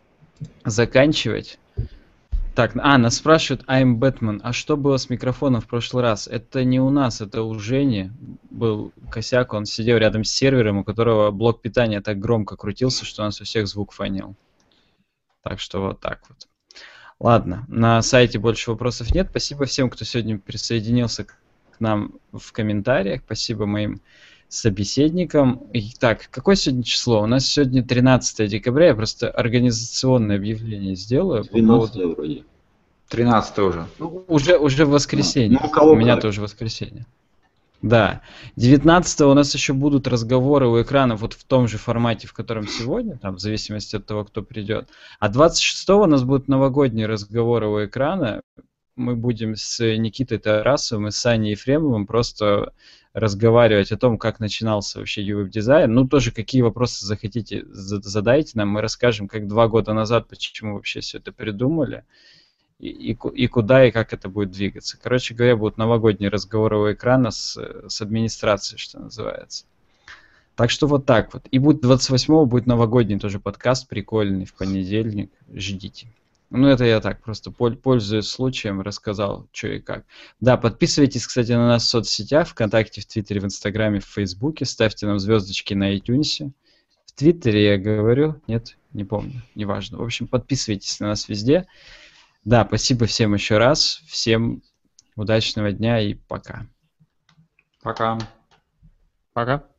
заканчивать. Так, а, нас спрашивают, I'm Batman, а что было с микрофоном в прошлый раз? Это не у нас, это у Жени был косяк, он сидел рядом с сервером, у которого блок питания так громко крутился, что у нас у всех звук фонил. Так что вот так вот. Ладно, на сайте больше вопросов нет. Спасибо всем, кто сегодня присоединился к нам в комментариях. Спасибо моим собеседникам. Итак, какое сегодня число? У нас сегодня тринадцатое декабря. Я просто организационное объявление сделаю. по поводу- двенадцатое вроде. тринадцатый уже. Ну, Уже, уже в воскресенье. Ну, у кого у меня как. тоже воскресенье. Да. девятнадцатого у нас еще будут разговоры у экрана вот в том же формате, в котором сегодня, там, в зависимости от того, кто придет. А двадцать шестого у нас будут новогодние разговоры у экрана. Мы будем с Никитой Тарасовым и с Саней Ефремовым просто разговаривать о том, как начинался вообще ю веб-дизайн. Ну, тоже какие вопросы захотите, за- задайте нам. Мы расскажем, как два года назад, почему вообще все это придумали. И, и, ку- и куда и как это будет двигаться. Короче говоря, будут новогодние разговоры у экрана с, с администрацией, что называется. Так что вот так вот. И будет двадцать восьмого будет новогодний тоже подкаст, прикольный, в понедельник. Ждите. Ну, это я так, просто пол- пользуясь случаем, рассказал, что и как. Да, подписывайтесь, кстати, на нас в соцсетях, ВКонтакте, в Твиттере, в Инстаграме, в Фейсбуке. Ставьте нам звездочки на iTunes. В Твиттере я говорю, нет, не помню, неважно. В общем, подписывайтесь на нас везде. Да, спасибо всем еще раз. Всем удачного дня и пока. Пока. Пока.